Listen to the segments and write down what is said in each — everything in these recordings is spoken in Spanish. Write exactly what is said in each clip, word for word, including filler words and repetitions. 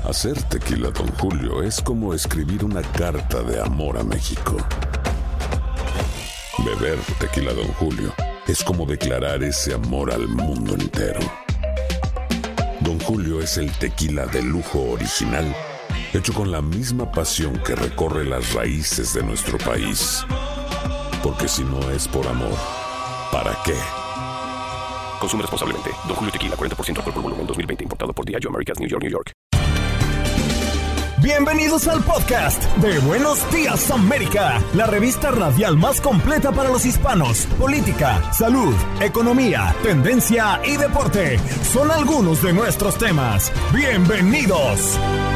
Hacer tequila Don Julio es como escribir una carta de amor a México. Beber tequila Don Julio es como declarar ese amor al mundo entero. Don Julio es el tequila de lujo original, hecho con la misma pasión que recorre las raíces de nuestro país. Porque si no es por amor, ¿para qué? Consume responsablemente. Don Julio Tequila, cuarenta por ciento alcohol por volumen, dos mil veinte, importado por Diageo Americas, New York, New York. Bienvenidos al podcast de Buenos Días América, la revista radial más completa para los hispanos. Política, salud, economía, tendencia y deporte son algunos de nuestros temas. ¡Bienvenidos!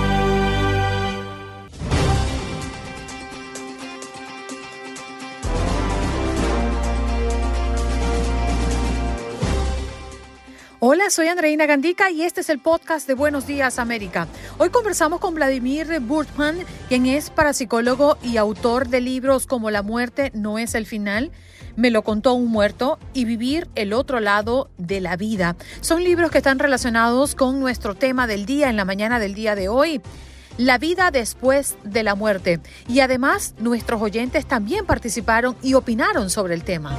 Hola, soy Andreina Gandica y este es el podcast de Buenos Días América. Hoy conversamos con Vladimir Burtman, quien es parapsicólogo y autor de libros como La muerte no es el final, Me lo contó un muerto y Vivir el otro lado de la vida. Son libros que están relacionados con nuestro tema del día en la mañana del día de hoy. La vida después de la muerte. Y además, nuestros oyentes también participaron y opinaron sobre el tema.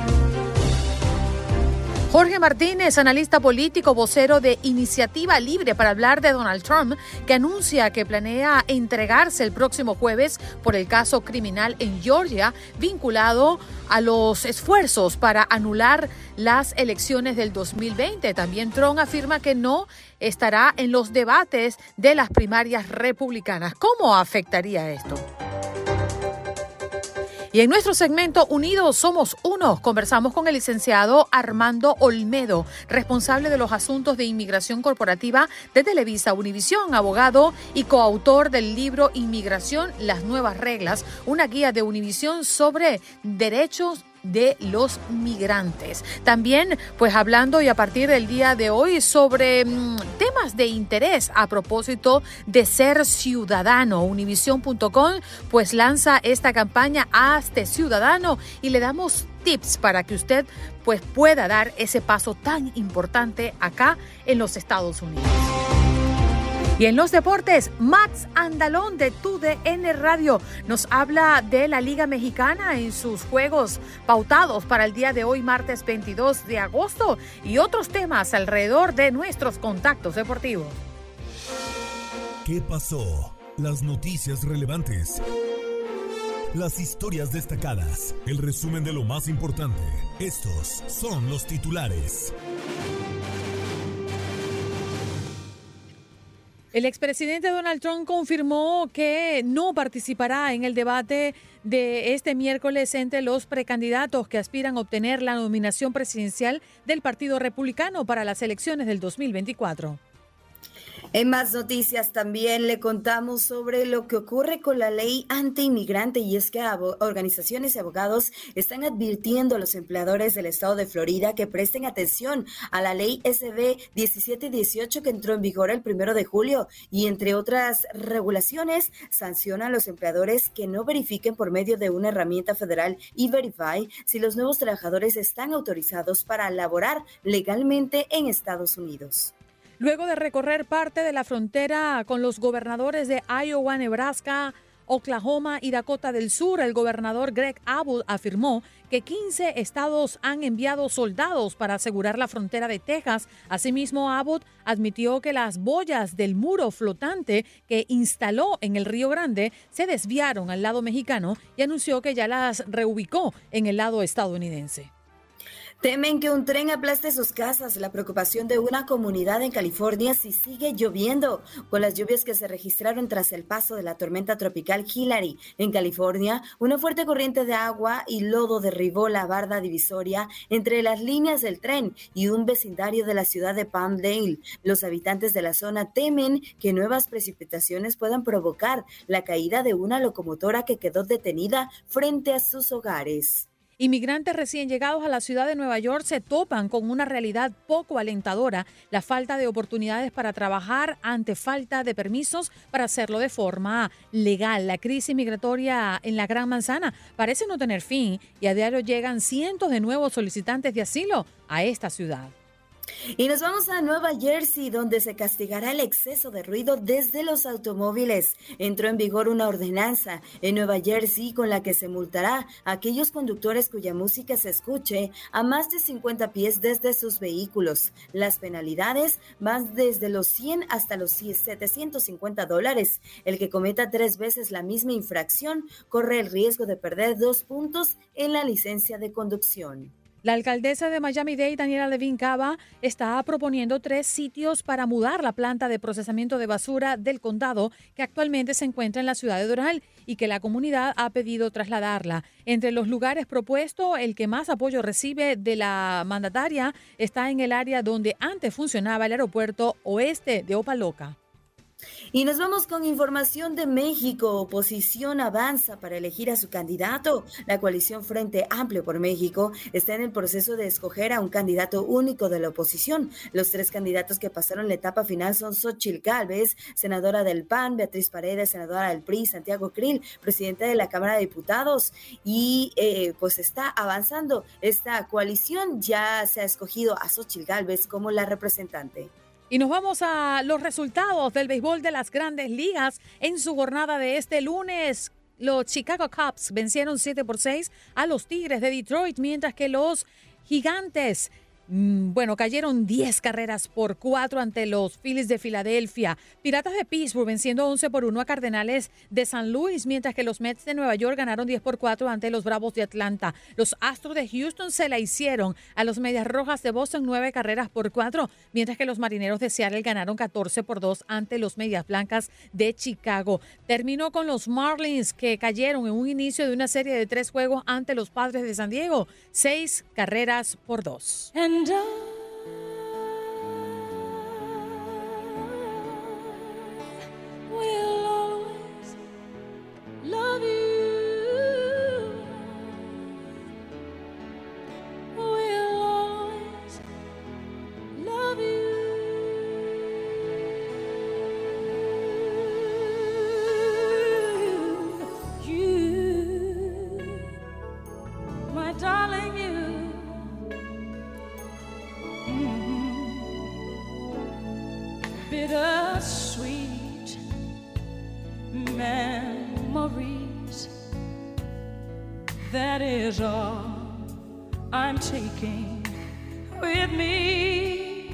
Jorge Martínez, analista político, vocero de Iniciativa Libre para hablar de Donald Trump, que anuncia que planea entregarse el próximo jueves por el caso criminal en Georgia, vinculado a los esfuerzos para anular las elecciones del dos mil veinte. También Trump afirma que no estará en los debates de las primarias republicanas. ¿Cómo afectaría esto? Y en nuestro segmento Unidos Somos Uno, conversamos con el licenciado Armando Olmedo, responsable de los asuntos de inmigración corporativa de Televisa Univisión, abogado y coautor del libro Inmigración, las nuevas reglas, una guía de Univisión sobre derechos de los migrantes. También, pues hablando y a partir del día de hoy sobre mmm, temas de interés a propósito de ser ciudadano. Univision punto com pues lanza esta campaña Hazte Ciudadano y le damos tips para que usted pues pueda dar ese paso tan importante acá en los Estados Unidos. Y en los deportes, Max Andalón de T U D N Radio nos habla de la Liga Mexicana en sus juegos pautados para el día de hoy, martes veintidós de agosto, y otros temas alrededor de nuestros contactos deportivos. ¿Qué pasó? Las noticias relevantes. Las historias destacadas. El resumen de lo más importante. Estos son los titulares. El expresidente Donald Trump confirmó que no participará en el debate de este miércoles entre los precandidatos que aspiran a obtener la nominación presidencial del Partido Republicano para las elecciones del dos mil veinticuatro. En más noticias también le contamos sobre lo que ocurre con la ley antiinmigrante, y es que organizaciones y abogados están advirtiendo a los empleadores del estado de Florida que presten atención a la ley S B diecisiete dieciocho que entró en vigor el primero de julio y entre otras regulaciones sanciona a los empleadores que no verifiquen por medio de una herramienta federal E-Verify si los nuevos trabajadores están autorizados para laborar legalmente en Estados Unidos. Luego de recorrer parte de la frontera con los gobernadores de Iowa, Nebraska, Oklahoma y Dakota del Sur, el gobernador Greg Abbott afirmó que quince estados han enviado soldados para asegurar la frontera de Texas. Asimismo, Abbott admitió que las boyas del muro flotante que instaló en el Río Grande se desviaron al lado mexicano y anunció que ya las reubicó en el lado estadounidense. Temen que un tren aplaste sus casas. La preocupación de una comunidad en California si sigue lloviendo. Con las lluvias que se registraron tras el paso de la tormenta tropical Hillary en California, una fuerte corriente de agua y lodo derribó la barda divisoria entre las líneas del tren y un vecindario de la ciudad de Palmdale. Los habitantes de la zona temen que nuevas precipitaciones puedan provocar la caída de una locomotora que quedó detenida frente a sus hogares. Inmigrantes recién llegados a la ciudad de Nueva York se topan con una realidad poco alentadora, la falta de oportunidades para trabajar ante falta de permisos para hacerlo de forma legal. La crisis migratoria en la Gran Manzana parece no tener fin y a diario llegan cientos de nuevos solicitantes de asilo a esta ciudad. Y nos vamos a Nueva Jersey, donde se castigará el exceso de ruido desde los automóviles. Entró en vigor una ordenanza en Nueva Jersey con la que se multará a aquellos conductores cuya música se escuche a más de cincuenta pies desde sus vehículos. Las penalidades van desde los cien hasta los setecientos cincuenta dólares. El que cometa tres veces la misma infracción corre el riesgo de perder dos puntos en la licencia de conducción. La alcaldesa de Miami-Dade, Daniela Levine Cava, está proponiendo tres sitios para mudar la planta de procesamiento de basura del condado que actualmente se encuentra en la ciudad de Doral y que la comunidad ha pedido trasladarla. Entre los lugares propuestos, el que más apoyo recibe de la mandataria está en el área donde antes funcionaba el aeropuerto oeste de Opa-locka. Y nos vamos con información de México. Oposición avanza para elegir a su candidato. La coalición Frente Amplio por México está en el proceso de escoger a un candidato único de la oposición. Los tres candidatos que pasaron la etapa final son Xóchitl Gálvez, senadora del P A N, Beatriz Paredes, senadora del P R I, Santiago Krill, presidente de la Cámara de Diputados. Y eh, pues está avanzando esta coalición. Ya se ha escogido a Xóchitl Gálvez como la representante. Y nos vamos a los resultados del béisbol de las Grandes Ligas en su jornada de este lunes. Los Chicago Cubs vencieron siete por seis a los Tigres de Detroit, mientras que los Gigantes, bueno, cayeron diez carreras por cuatro ante los Phillies de Filadelfia. Piratas de Pittsburgh venciendo once por uno a Cardenales de San Luis, mientras que los Mets de Nueva York ganaron diez por cuatro ante los Bravos de Atlanta. Los Astros de Houston se la hicieron a los Medias Rojas de Boston nueve carreras por cuatro, mientras que los Marineros de Seattle ganaron catorce por dos ante los Medias Blancas de Chicago. Terminó con los Marlins, que cayeron en un inicio de una serie de tres juegos ante los Padres de San Diego, seis carreras por dos. And I will always love you. Will always love you. You, my darling, you. Bittersweet memories. That is all I'm taking with me.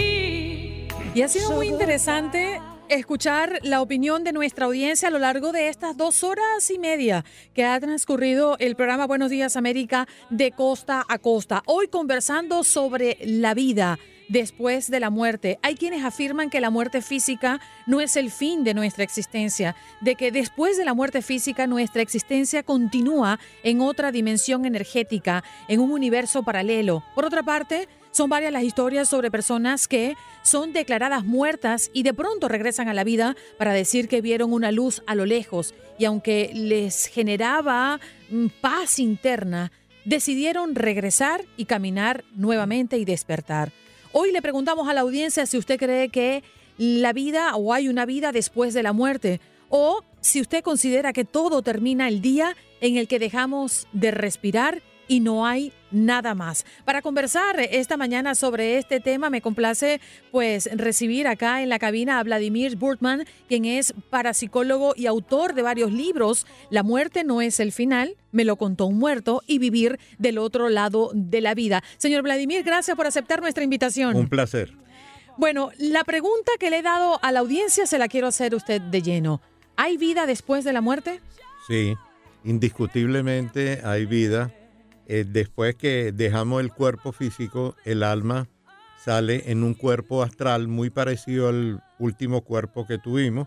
Y ha sido muy interesante escuchar la opinión de nuestra audiencia a lo largo de estas dos horas y media que ha transcurrido el programa Buenos Días América de costa a costa. Hoy conversando sobre la vida después de la muerte. Hay quienes afirman que la muerte física no es el fin de nuestra existencia, de que después de la muerte física nuestra existencia continúa en otra dimensión energética, en un universo paralelo. Por otra parte, son varias las historias sobre personas que son declaradas muertas y de pronto regresan a la vida para decir que vieron una luz a lo lejos y aunque les generaba paz interna, decidieron regresar y caminar nuevamente y despertar. Hoy le preguntamos a la audiencia si usted cree que la vida o hay una vida después de la muerte o si usted considera que todo termina el día en el que dejamos de respirar y no hay nada más. Para conversar esta mañana sobre este tema, me complace pues recibir acá en la cabina a Vladimir Burtman, quien es parapsicólogo y autor de varios libros. La muerte no es el final, me lo contó un muerto, y Vivir del otro lado de la vida. Señor Vladimir, gracias por aceptar nuestra invitación. Un placer. Bueno, la pregunta que le he dado a la audiencia se la quiero hacer usted de lleno. ¿Hay vida después de la muerte? Sí, indiscutiblemente hay vida. Eh, después que dejamos el cuerpo físico, el alma sale en un cuerpo astral muy parecido al último cuerpo que tuvimos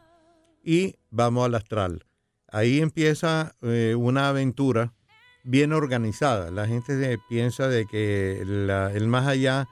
y vamos al astral. Ahí empieza eh, una aventura bien organizada. La gente de, piensa de que la, el más allá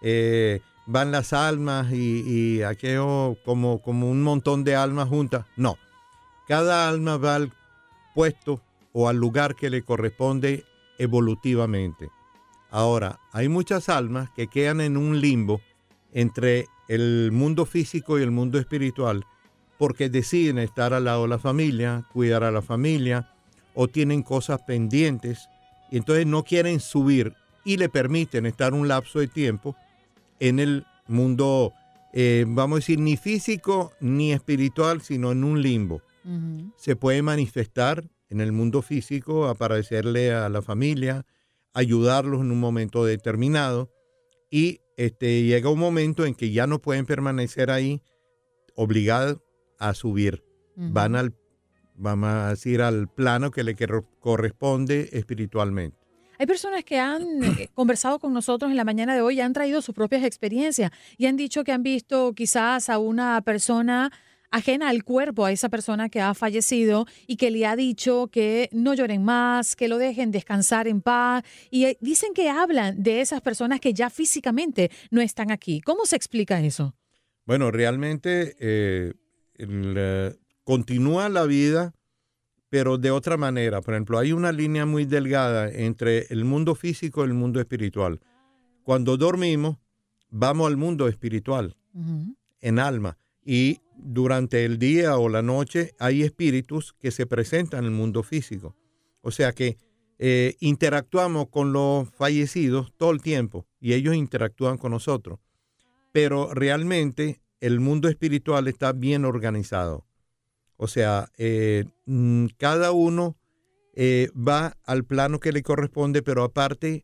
eh, van las almas y, y aquello como, como un montón de almas juntas. No, cada alma va al puesto o al lugar que le corresponde evolutivamente. Ahora, hay muchas almas que quedan en un limbo entre el mundo físico y el mundo espiritual porque deciden estar al lado de la familia, cuidar a la familia o tienen cosas pendientes y entonces no quieren subir y le permiten estar un lapso de tiempo en el mundo, eh, vamos a decir, ni físico ni espiritual, sino en un limbo. Uh-huh. Se puede manifestar en el mundo físico, aparecerle a la familia, ayudarlos en un momento determinado, y este, llega un momento en que ya no pueden permanecer ahí obligados a subir. Uh-huh. Van al, vamos a decir, al plano que le corresponde espiritualmente. Hay personas que han conversado con nosotros en la mañana de hoy y han traído sus propias experiencias y han dicho que han visto quizás a una persona ajena al cuerpo, a esa persona que ha fallecido y que le ha dicho que no lloren más, que lo dejen descansar en paz. Y dicen que hablan de esas personas que ya físicamente no están aquí. ¿Cómo se explica eso? Bueno, realmente eh, el, uh, continúa la vida, pero de otra manera. Por ejemplo, hay una línea muy delgada entre el mundo físico y el mundo espiritual. Cuando dormimos, vamos al mundo espiritual, uh-huh. en alma. Y durante el día o la noche hay espíritus que se presentan en el mundo físico. O sea que eh, interactuamos con los fallecidos todo el tiempo y ellos interactúan con nosotros. Pero realmente el mundo espiritual está bien organizado. O sea, eh, cada uno eh, va al plano que le corresponde, pero aparte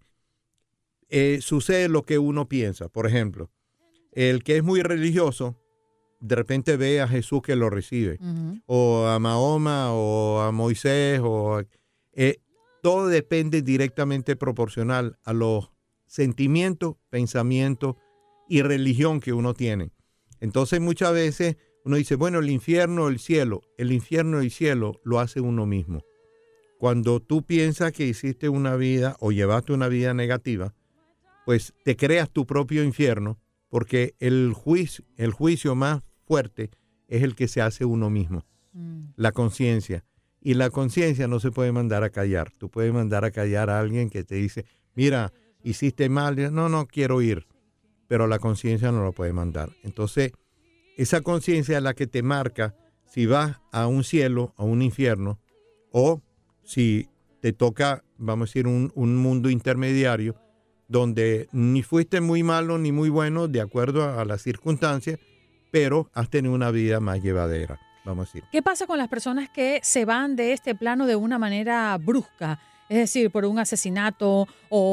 eh, sucede lo que uno piensa. Por ejemplo, el que es muy religioso, de repente ve a Jesús que lo recibe, uh-huh. o a Mahoma, o a Moisés, o eh, todo depende directamente proporcional a los sentimientos, pensamientos y religión que uno tiene. Entonces muchas veces uno dice, bueno, el infierno, el cielo, el infierno y el cielo lo hace uno mismo. Cuando tú piensas que hiciste una vida o llevaste una vida negativa, pues te creas tu propio infierno, porque el juicio, el juicio más fuerte es el que se hace uno mismo, mm. la conciencia. Y la conciencia no se puede mandar a callar. Tú puedes mandar a callar a alguien que te dice, mira, hiciste mal, no, no quiero ir, pero la conciencia no lo puede mandar. Entonces, esa conciencia es la que te marca si vas a un cielo, a un infierno, o si te toca, vamos a decir, un, un mundo intermediario, donde ni fuiste muy malo ni muy bueno de acuerdo a, a las circunstancias, pero has tenido una vida más llevadera, vamos a decir. ¿Qué pasa con las personas que se van de este plano de una manera brusca? Es decir, por un asesinato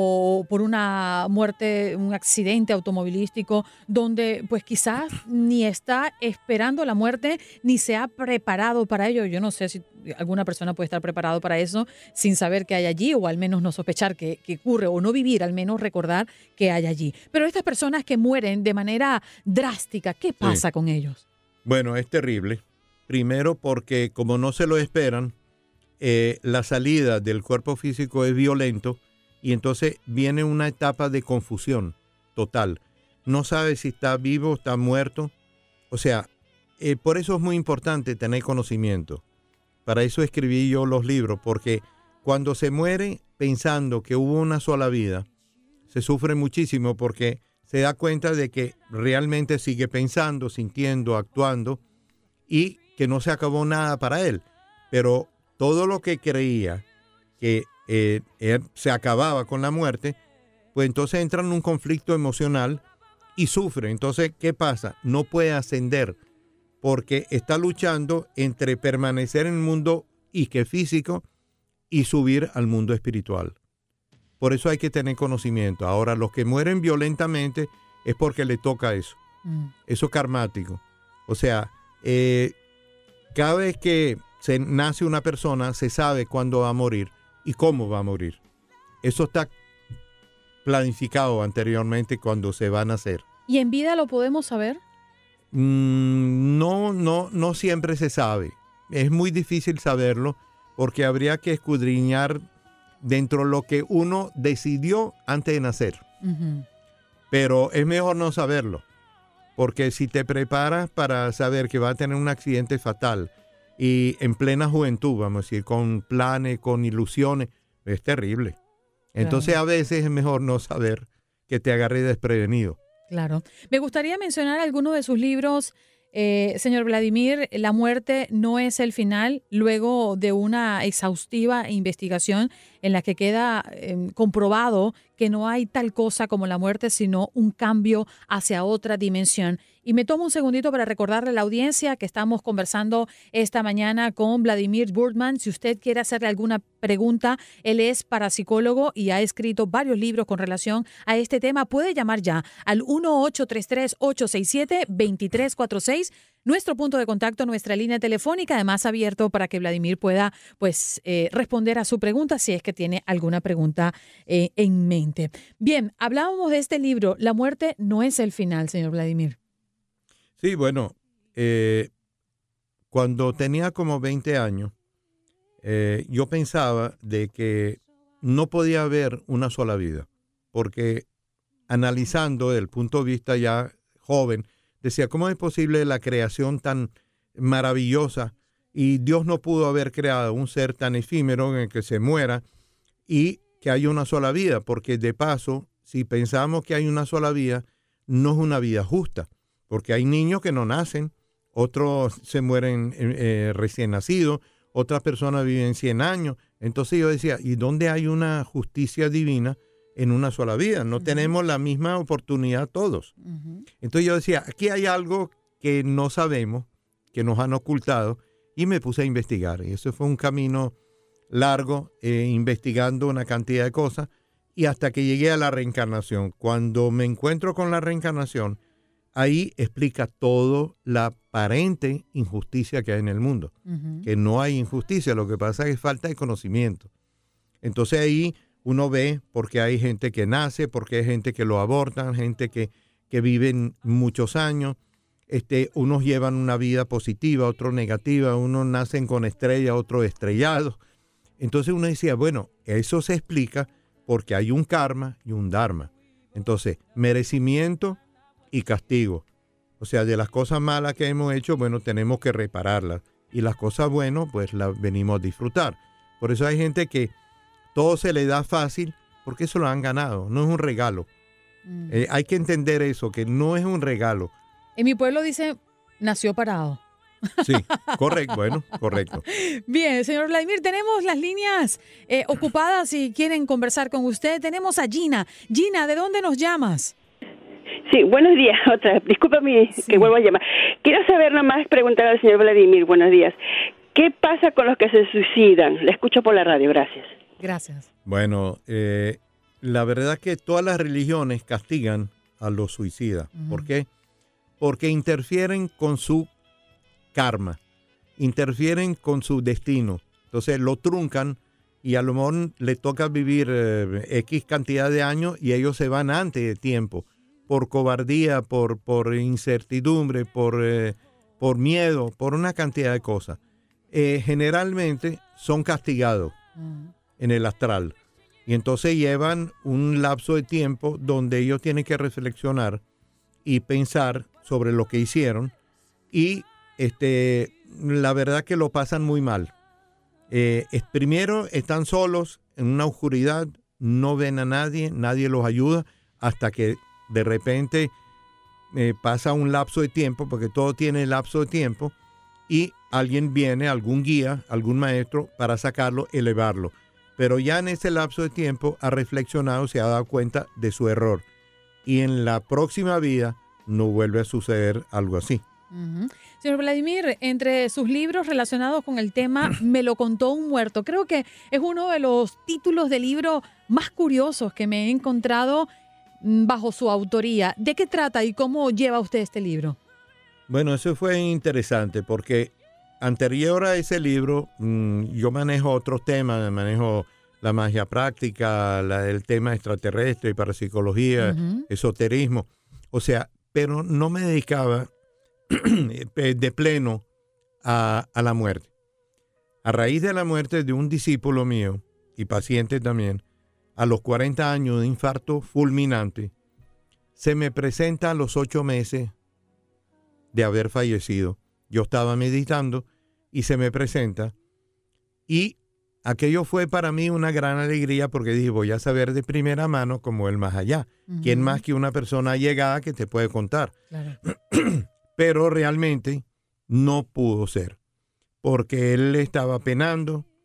o por una muerte, un accidente automovilístico, donde pues quizás ni está esperando la muerte, ni se ha preparado para ello. Yo no sé si alguna persona puede estar preparado para eso sin saber qué hay allí, o al menos no sospechar que, que ocurre, o no vivir, al menos recordar que hay allí. Pero estas personas que mueren de manera drástica, ¿qué pasa sí. con ellos? Bueno, es terrible. Primero porque como no se lo esperan, Eh, la salida del cuerpo físico es violento y entonces viene una etapa de confusión total. No sabe si está vivo o está muerto. O sea, eh, por eso es muy importante tener conocimiento. Para eso escribí yo los libros, porque cuando se muere pensando que hubo una sola vida, se sufre muchísimo porque se da cuenta de que realmente sigue pensando, sintiendo, actuando y que no se acabó nada para él. Pero todo lo que creía que eh, él se acababa con la muerte, pues entonces entra en un conflicto emocional y sufre. Entonces, ¿qué pasa? No puede ascender porque está luchando entre permanecer en el mundo y que físico y subir al mundo espiritual. Por eso hay que tener conocimiento. Ahora, los que mueren violentamente es porque le toca eso. Mm. Eso karmático. O sea, eh, cada vez que se nace una persona, se sabe cuándo va a morir y cómo va a morir. Eso está planificado anteriormente cuando se va a nacer. ¿Y en vida lo podemos saber? Mm, no, no, no siempre se sabe. Es muy difícil saberlo porque habría que escudriñar dentro de lo que uno decidió antes de nacer. Uh-huh. Pero es mejor no saberlo, porque si te preparas para saber que va a tener un accidente fatal y en plena juventud, vamos a decir, con planes, con ilusiones, es terrible. Entonces, claro, a veces es mejor no saber, que te agarre desprevenido. Claro. Me gustaría mencionar algunos de sus libros, eh, señor Vladimir. La muerte no es el final. Luego de una exhaustiva investigación en la que queda eh, comprobado que no hay tal cosa como la muerte, sino un cambio hacia otra dimensión. Y me tomo un segundito para recordarle a la audiencia que estamos conversando esta mañana con Vladimir Burtman. Si usted quiere hacerle alguna pregunta, él es parapsicólogo y ha escrito varios libros con relación a este tema. Puede llamar ya al uno ocho tres tres, ocho seis siete, dos tres cuatro seis. Nuestro punto de contacto, nuestra línea telefónica, además abierto para que Vladimir pueda pues eh, responder a su pregunta si es que tiene alguna pregunta eh, en mente. Bien, hablábamos de este libro, La muerte no es el final, señor Vladimir. Sí, bueno, eh, cuando tenía como veinte años, eh, yo pensaba de que no podía haber una sola vida, porque analizando desde el punto de vista ya joven, decía, ¿cómo es posible la creación tan maravillosa y Dios no pudo haber creado un ser tan efímero en el que se muera y que haya una sola vida? Porque de paso, si pensamos que hay una sola vida, no es una vida justa, porque hay niños que no nacen, otros se mueren eh, recién nacidos, otras personas viven cien años. Entonces yo decía, ¿y dónde hay una justicia divina en una sola vida? No uh-huh. tenemos la misma oportunidad todos. Uh-huh. Entonces yo decía, aquí hay algo que no sabemos, que nos han ocultado, y me puse a investigar. Y eso fue un camino largo, eh, investigando una cantidad de cosas, y hasta que llegué a la reencarnación. Cuando me encuentro con la reencarnación, ahí explica todo la aparente injusticia que hay en el mundo. Uh-huh. Que no hay injusticia, lo que pasa es que falta de conocimiento. Entonces ahí uno ve por qué hay gente que nace, por qué hay gente que lo abortan, gente que, que viven muchos años. Este, unos llevan una vida positiva, otros negativa, unos nacen con estrella, otros estrellados. Entonces uno decía, bueno, eso se explica porque hay un karma y un dharma. Entonces, merecimiento y castigo. O sea, de las cosas malas que hemos hecho, bueno, tenemos que repararlas. Y las cosas buenas, pues las venimos a disfrutar. Por eso hay gente que todo se le da fácil porque eso lo han ganado, no es un regalo. Mm. Eh, hay que entender eso, que no es un regalo. En mi pueblo dice, nació parado. Sí, correcto, bueno, correcto. Bien, señor Vladimir, tenemos las líneas eh, ocupadas si quieren conversar con usted. Tenemos a Gina. Gina, ¿de dónde nos llamas? Sí, buenos días, otra vez. Discúlpame sí. que vuelvo a llamar. Quiero saber nada más, preguntar al señor Vladimir, buenos días. ¿Qué pasa con los que se suicidan? La escucho por la radio, gracias. Gracias. Bueno, eh, la verdad es que todas las religiones castigan a los suicidas. Uh-huh. ¿Por qué? Porque interfieren con su karma, interfieren con su destino. Entonces lo truncan y a lo mejor le toca vivir eh, X cantidad de años y ellos se van antes de tiempo, por cobardía, por, por incertidumbre, por, eh, por miedo, por una cantidad de cosas. Eh, generalmente son castigados uh-huh. en el astral. Y entonces llevan un lapso de tiempo donde ellos tienen que reflexionar y pensar sobre lo que hicieron. Y este, la verdad que lo pasan muy mal. Eh, es, primero están solos en una oscuridad, no ven a nadie, nadie los ayuda, hasta que de repente eh, pasa un lapso de tiempo, porque todo tiene lapso de tiempo, y alguien viene, algún guía, algún maestro, para sacarlo, elevarlo. Pero ya en ese lapso de tiempo ha reflexionado, se ha dado cuenta de su error. Y en la próxima vida no vuelve a suceder algo así. Uh-huh. Señor Vladimir, entre sus libros relacionados con el tema Me lo contó un muerto, creo que es uno de los títulos de libro más curiosos que me he encontrado bajo su autoría. ¿De qué trata y cómo lleva usted este libro? Bueno, eso fue interesante porque anterior a ese libro mmm, yo manejo otros temas, manejo la magia práctica, la, el tema extraterrestre, parapsicología, uh-huh. esoterismo, o sea, pero no me dedicaba de pleno a, a la muerte. A raíz de la muerte de un discípulo mío y paciente también, a los cuarenta años de infarto fulminante, se me presenta a los ocho meses de haber fallecido. Yo estaba meditando y se me presenta y aquello fue para mí una gran alegría porque dije, voy a saber de primera mano cómo el más allá. Uh-huh. ¿Quién más que una persona llegada que te puede contar? Claro. Pero realmente no pudo ser, porque él estaba penando,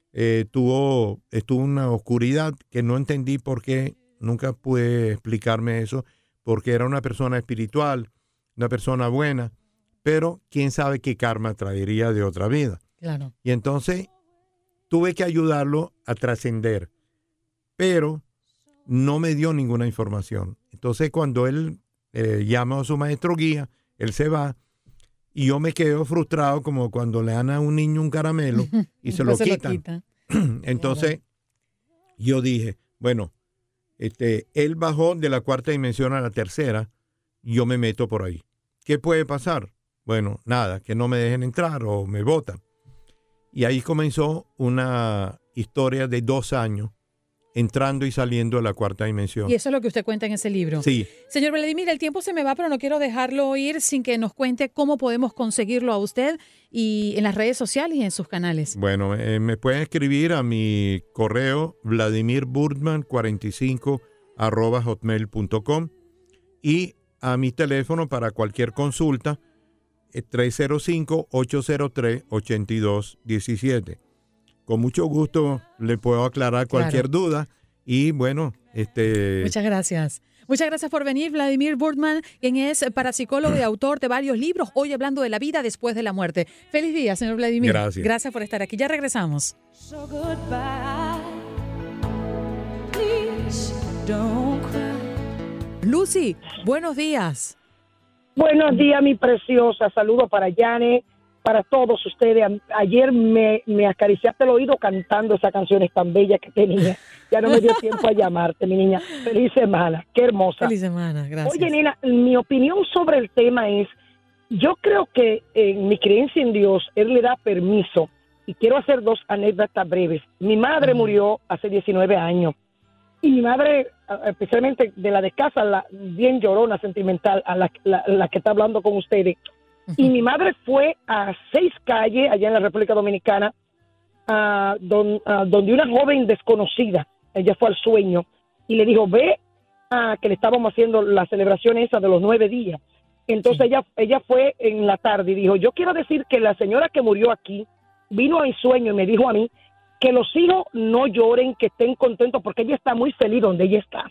eh, tuvo, estuvo en una oscuridad que no entendí por qué, nunca pude explicarme eso, porque era una persona espiritual, una persona buena, pero quién sabe qué karma traería de otra vida. Claro. Y entonces tuve que ayudarlo a trascender, pero no me dio ninguna información. Entonces cuando él eh, llama a su maestro guía, él se va y yo me quedo frustrado como cuando le dan a un niño un caramelo y se lo se quitan. Lo quita. Entonces Claro. yo dije, bueno, este, él bajó de la cuarta dimensión a la tercera, yo me meto por ahí. ¿Qué puede pasar? Bueno, nada, que no me dejen entrar o me botan. Y ahí comenzó una historia de dos años entrando y saliendo de la cuarta dimensión. Y eso es lo que usted cuenta en ese libro. Sí. Señor Vladimir, el tiempo se me va, pero no quiero dejarlo ir sin que nos cuente cómo podemos conseguirlo a usted y en las redes sociales y en sus canales. Bueno, eh, me pueden escribir a mi correo vladimirburtman cuarenta y cinco arroba hotmail punto com y a mi teléfono para cualquier consulta eh, tres cero cinco, ocho cero tres, ocho dos uno siete. Con mucho gusto le puedo aclarar cualquier Claro. duda y bueno, este... Muchas gracias. Muchas gracias por venir, Vladimir Burtman, quien es parapsicólogo y autor de varios libros, hoy hablando de la vida después de la muerte. Feliz día, señor Vladimir. Gracias. Gracias por estar aquí. Ya regresamos. So goodbye. Please don't cry. Lucy, buenos días. Buenos días, mi preciosa. Saludos para Yane, para todos ustedes. A- Ayer me, me acariciaste el oído cantando esas canciones tan bellas que tenía. Ya no me dio tiempo a llamarte, mi niña. Feliz semana. Qué hermosa. Feliz semana, gracias. Oye, nena, mi opinión sobre el tema es, yo creo que en mi creencia en Dios, Él le da permiso. Y quiero hacer dos anécdotas breves. Mi madre murió hace diecinueve años. Y mi madre, especialmente de la de casa, la bien llorona, sentimental, a la, la, la que está hablando con ustedes. Y mi madre fue a seis calles allá en la República Dominicana, a don, a donde una joven desconocida, ella fue al sueño, y le dijo, ve a que le estábamos haciendo la celebración esa de los nueve días. Entonces ella, ella fue en la tarde y dijo, yo quiero decir que la señora que murió aquí vino a mi sueño y me dijo a mí que los hijos no lloren, que estén contentos, porque ella está muy feliz donde ella está.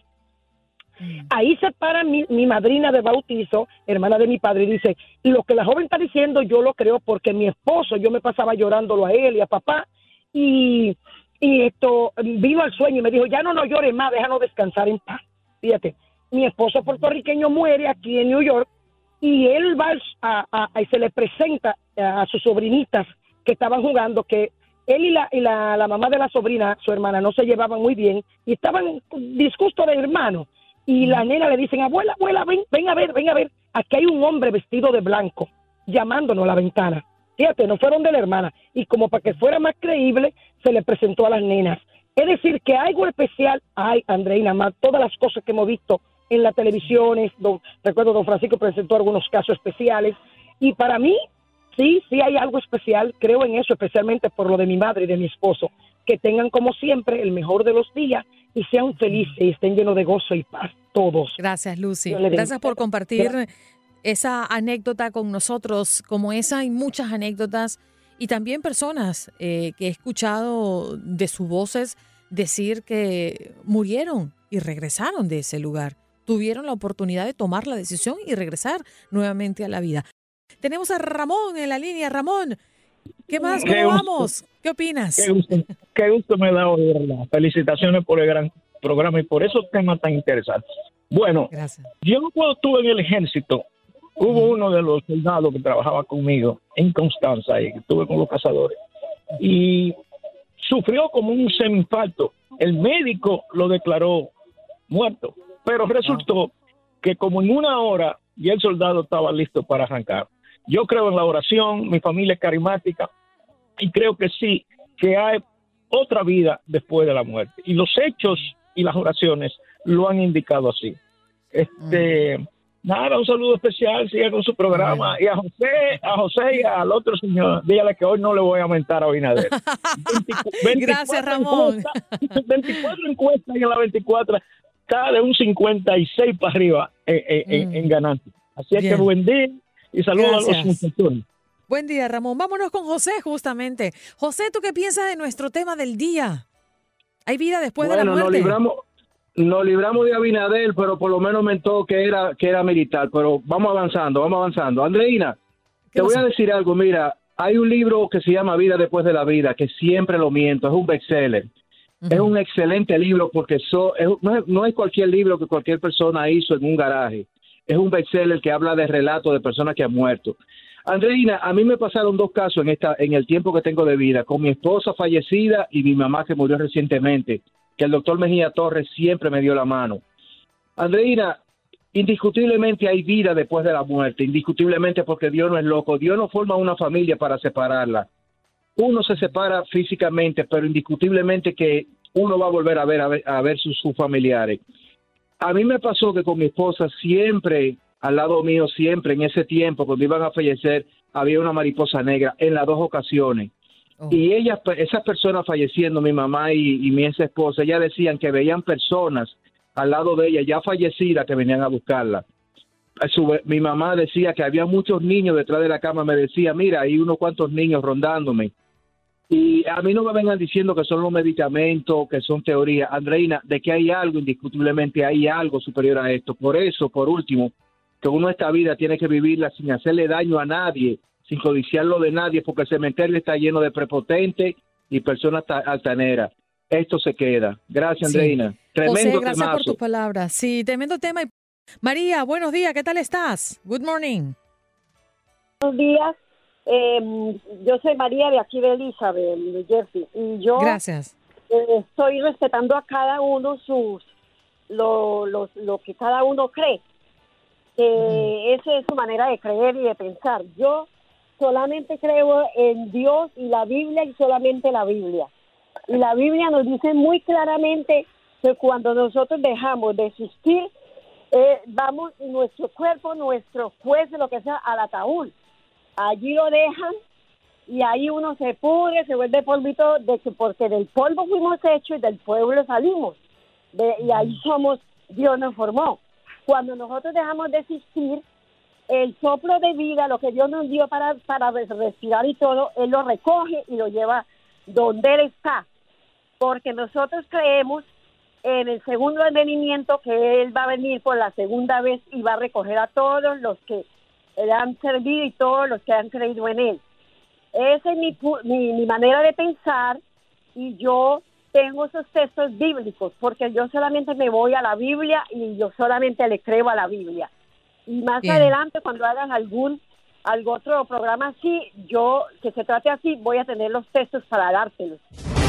Ahí se para mi, mi madrina de bautizo, hermana de mi padre, y dice, lo que la joven está diciendo yo lo creo porque mi esposo, yo me pasaba llorándolo a él y a papá, y, y esto vino al sueño y me dijo, ya no nos llores más, déjanos descansar en paz. Fíjate, mi esposo puertorriqueño muere aquí en New York y él va a, a, a y se le presenta a sus sobrinitas que estaban jugando, que él y, la, y la, la mamá de la sobrina, su hermana, no se llevaban muy bien y estaban disgustos de hermanos. Y la nena le dicen, abuela, abuela, ven, ven a ver, ven a ver, aquí hay un hombre vestido de blanco llamándonos a la ventana. Fíjate, no fueron de la hermana. Y como para que fuera más creíble, se le presentó a las nenas. Es decir, que algo especial hay, Andreina, más todas las cosas que hemos visto en las televisiones. Don, recuerdo, don Francisco presentó algunos casos especiales. Y para mí, sí, sí hay algo especial. Creo en eso, especialmente por lo de mi madre y de mi esposo. Que tengan, como siempre, el mejor de los días y sean felices y estén llenos de gozo y paz todos. Gracias, Lucy. Yo le digo- Gracias por compartir esa anécdota con nosotros. Como esa hay muchas anécdotas y también personas eh, que he escuchado de sus voces decir que murieron y regresaron de ese lugar. Tuvieron la oportunidad de tomar la decisión y regresar nuevamente a la vida. Tenemos a Ramón en la línea. Ramón, ¿qué más? Qué ¿Cómo gusto. vamos? ¿Qué opinas? Qué gusto, qué gusto me da oírla. Felicitaciones por el gran programa y por esos temas tan interesantes. Bueno, Gracias. yo cuando estuve en el ejército, hubo uno de los soldados que trabajaba conmigo en Constanza, y estuve con los cazadores, y sufrió como un semiinfarto. El médico lo declaró muerto, pero resultó que como en una hora ya el soldado estaba listo para arrancar. Yo creo en la oración, mi familia es carismática, y creo que sí, que hay otra vida después de la muerte. Y los hechos y las oraciones lo han indicado así. Este, mm. Nada, un saludo especial, siga con su programa. Mm. Y a José, a José y al otro señor, dígale que hoy no le voy a aumentar a Abinader. Gracias, Ramón. Encuestas, veinticuatro encuestas y en la veinticuatro está de un cincuenta y seis para arriba en, en, mm. en ganancia. Así es que buen día y saludos a los muchachos. Buen día, Ramón. Vámonos con José, justamente. José, ¿tú qué piensas de nuestro tema del día? ¿Hay vida después bueno, de la muerte? Nos libramos, nos libramos de Abinader, pero por lo menos mentó que era, que era militar. Pero vamos avanzando, vamos avanzando. Andreina, te voy a decir algo. Mira, hay un libro que se llama Vida después de la vida, que siempre lo miento, es un bestseller. Uh-huh. Es un excelente libro porque so, es, no, es, no es cualquier libro que cualquier persona hizo en un garaje. Es un bestseller que habla de relatos de personas que han muerto. Andreina, a mí me pasaron dos casos en esta en el tiempo que tengo de vida, con mi esposa fallecida y mi mamá que murió recientemente, que el doctor Mejía Torres siempre me dio la mano. Andreina, indiscutiblemente hay vida después de la muerte, indiscutiblemente, porque Dios no es loco. Dios no forma una familia para separarla. Uno se separa físicamente, pero indiscutiblemente que uno va a volver a ver a ver, a ver sus, sus familiares. A mí me pasó que con mi esposa siempre, al lado mío, siempre en ese tiempo, cuando iban a fallecer, había una mariposa negra en las dos ocasiones. Oh. Y ellas, esas personas falleciendo, mi mamá y, y mi ex esposa, ellas decían que veían personas al lado de ella ya fallecida que venían a buscarla. Su, mi mamá decía que había muchos niños detrás de la cama, me decía, mira, hay unos cuantos niños rondándome. Y a mí no me vengan diciendo que son los medicamentos, que son teorías. Andreina, de que hay algo, indiscutiblemente hay algo superior a esto. Por eso, por último, que uno esta vida tiene que vivirla sin hacerle daño a nadie, sin codiciarlo de nadie, porque el cementerio está lleno de prepotentes y personas altaneras. Esto se queda. Gracias, Andreina. Sí. Tremendo José, gracias temazo. por tus palabras. Sí, tremendo tema. María, buenos días, ¿qué tal estás? Good morning. Buenos días. Eh, yo soy María de aquí de Elizabeth, New Jersey. Y yo Gracias. Eh, estoy respetando a cada uno sus lo, lo, lo que cada uno cree. Eh, esa es su manera de creer y de pensar. Yo solamente creo en Dios y la Biblia y solamente la Biblia. Y la Biblia nos dice muy claramente que cuando nosotros dejamos de existir, eh, vamos nuestro cuerpo, nuestro juez, lo que sea, al ataúd. Allí lo dejan y ahí uno se pudre, se vuelve polvito, de que porque del polvo fuimos hechos y del pueblo salimos. De, y ahí somos, Dios nos formó. Cuando nosotros dejamos de existir, el soplo de vida, lo que Dios nos dio para, para respirar y todo, Él lo recoge y lo lleva donde Él está. Porque nosotros creemos en el segundo advenimiento que Él va a venir por la segunda vez y va a recoger a todos los que le han servido y todos los que han creído en Él. Esa es mi, mi, mi manera de pensar y yo tengo esos textos bíblicos porque yo solamente me voy a la Biblia y yo solamente le creo a la Biblia. Y más Bien. adelante, cuando hagan algún algún otro programa así, yo, que se trate así, voy a tener los textos para dárselos.